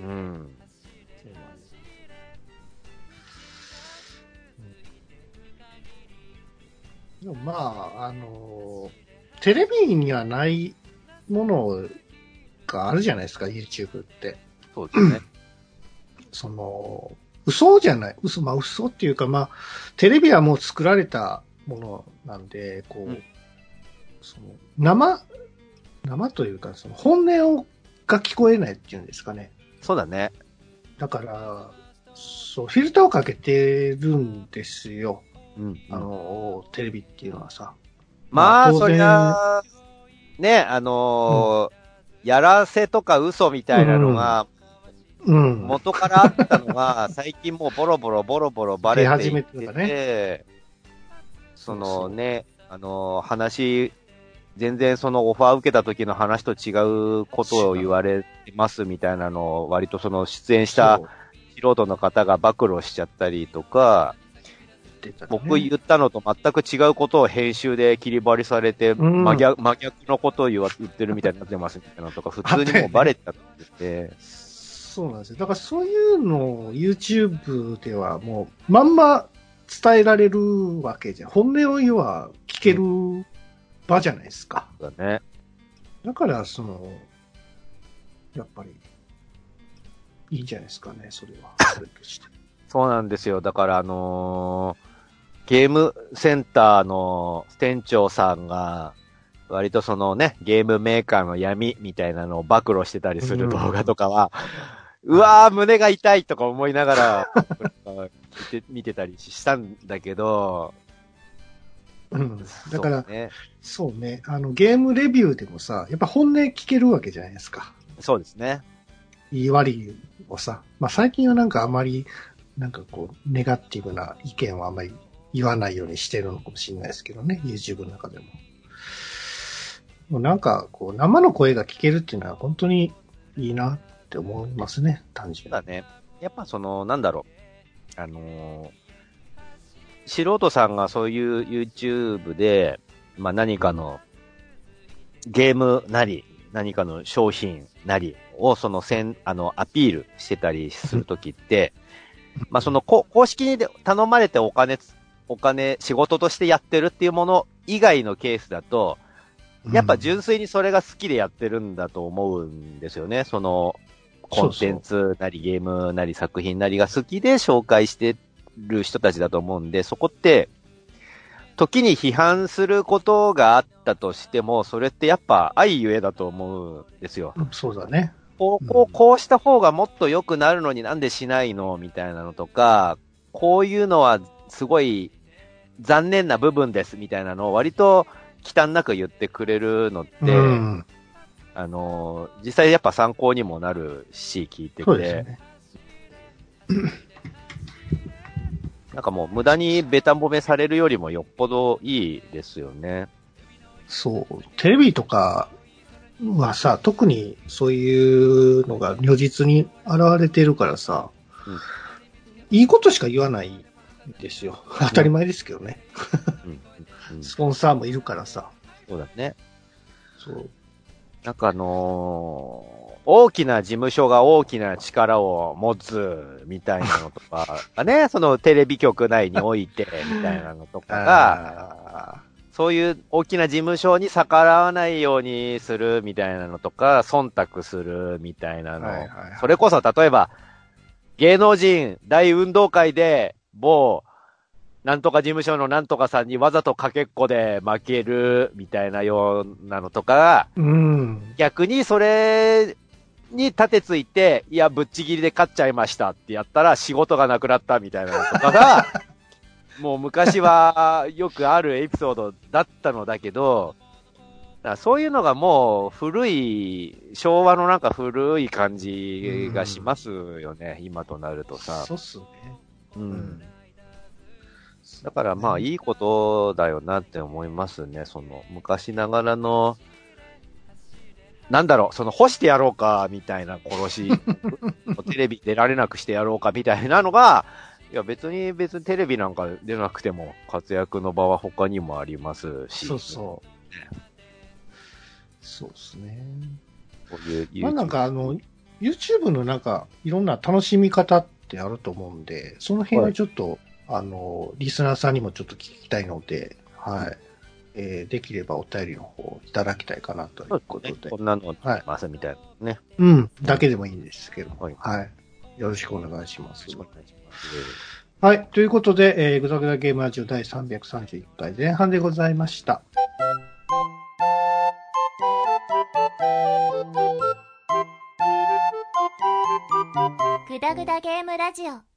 でもまあ、あの、テレビにはないものがあるじゃないですか、YouTube って。 そうですね。 その、嘘じゃない、嘘、まあ嘘っていうかまあ、テレビはもう作られたものなんで、こう、うん、その生、生というか、その本音をが聞こえないっていうんですかね。 そうだね。 だから、そう、フィルターをかけてるんですよ。うん、あの、テレビっていうのはさ。 まあ、まあ、そりゃ、ね、あのーうん、やらせとか嘘みたいなのが、うん、元からあったのが、最近もうボロボロボロボロバレていってて、ね、そのね、あのー、話、全然そのオファー受けた時の話と違うことを言われてますみたいなのを割とその出演した素人の方が暴露しちゃったりとか、ね、僕言ったのと全く違うことを編集で切り張りされて、うん、真逆、真逆のことを言わ言ってるみたいになってますみたいなのとか、普通にもうバレちゃってて。 そうなんですよ。だからそういうのを YouTube ではもうまんま伝えられるわけじゃん。本音を言わ聞ける場じゃないですか。 そうだね。 だからその、やっぱりいいんじゃないですかね、それは。それとして。 そうなんですよ。だからあのー、ゲームセンターの店長さんが、割とそのね、ゲームメーカーの闇みたいなのを暴露してたりする動画とかは、うん、うわー、胸が痛いとか思いながら見て、見てたりしたんだけど、 うん。だから、そうね、そうね、あの、ゲームレビューでもさ、やっぱ本音聞けるわけじゃないですか。 そうですね。 言い悪いをさ、まあ最近はなんかあまり、なんかこう、ネガティブな意見はあんまり言わないようにしてるのかもしれないですけどね、YouTube の中でも。もうなんか、こう、生の声が聞けるっていうのは本当にいいなって思いますね、単純に。 そうだね。やっぱその、なんだろう。あのー、素人さんがそういう YouTube で、まあ何かのゲームなり、何かの商品なりをそのせん、あの、アピールしてたりするときって、まあそのこ公式に頼まれてお金、お金、仕事としてやってるっていうもの以外のケースだと、やっぱ純粋にそれが好きでやってるんだと思うんですよね。その、コンテンツなりゲームなり作品なりが好きで紹介してる人たちだと思うんで、そこって、時に批判することがあったとしても、それってやっぱ愛ゆえだと思うんですよ。 うん、そうだね。 こう、こう、こうした方がもっと良くなるのになんでしないのみたいなのとか、こういうのはすごい残念な部分ですみたいなのを割と忌憚なく言ってくれるのって、うん、あの、実際やっぱ参考にもなるし、聞いてて。そうですね。なんかもう無駄にベタ褒めされるよりもよっぽどいいですよね。 そう。テレビとかはさ、特にそういうのが如実に現れてるからさ、うん、いいことしか言わないんですよ。当たり前ですけどね。うんうんうん、スポンサーもいるからさ。 そうだね。 そう。 なんかあの大きな事務所が大きな力を持つみたいなのとかがね、そのテレビ局内においてみたいなのとかが、そういう大きな事務所に逆らわないようにするみたいなのとか、忖度するみたいなの。はいはいはい、それこそ例えば、芸能人大運動会で某なんとか事務所のなんとかさんにわざとかけっこで負けるみたいなようなのとか、 うん、 逆にそれに立てついて、いや、ぶっちぎりで勝っちゃいましたってやったら仕事がなくなったみたいなのとかが、もう昔はよくあるエピソードだったのだけど、だそういうのがもう古い、昭和のなんか古い感じがしますよね、うん、今となるとさ。 そうっすね。 うん。だからまあいいことだよなって思いますね、その昔ながらの、なんだろう、その干してやろうかみたいな殺し、テレビ出られなくしてやろうかみたいなのが、いや別に別にテレビなんか出なくても活躍の場は他にもありますし。 そうそう。ね、そうですね。 こういう YouTube。 まあなんかあの、YouTube のなんかいろんな楽しみ方ってあると思うんで、その辺はちょっと、はい、あの、リスナーさんにもちょっと聞きたいので、はい。えー、できればお便りの方いただきたいかなということで。 ね、こんなのますみたいなね、 はい。うん。だけでもいいんですけど、はい、はい。よろしくお願いします。よろしくお願いします。はい。ということで、えー、ぐだぐだゲームラジオ第さんびゃくさんじゅういっかい前半でございました。 ぐだぐだゲームラジオ。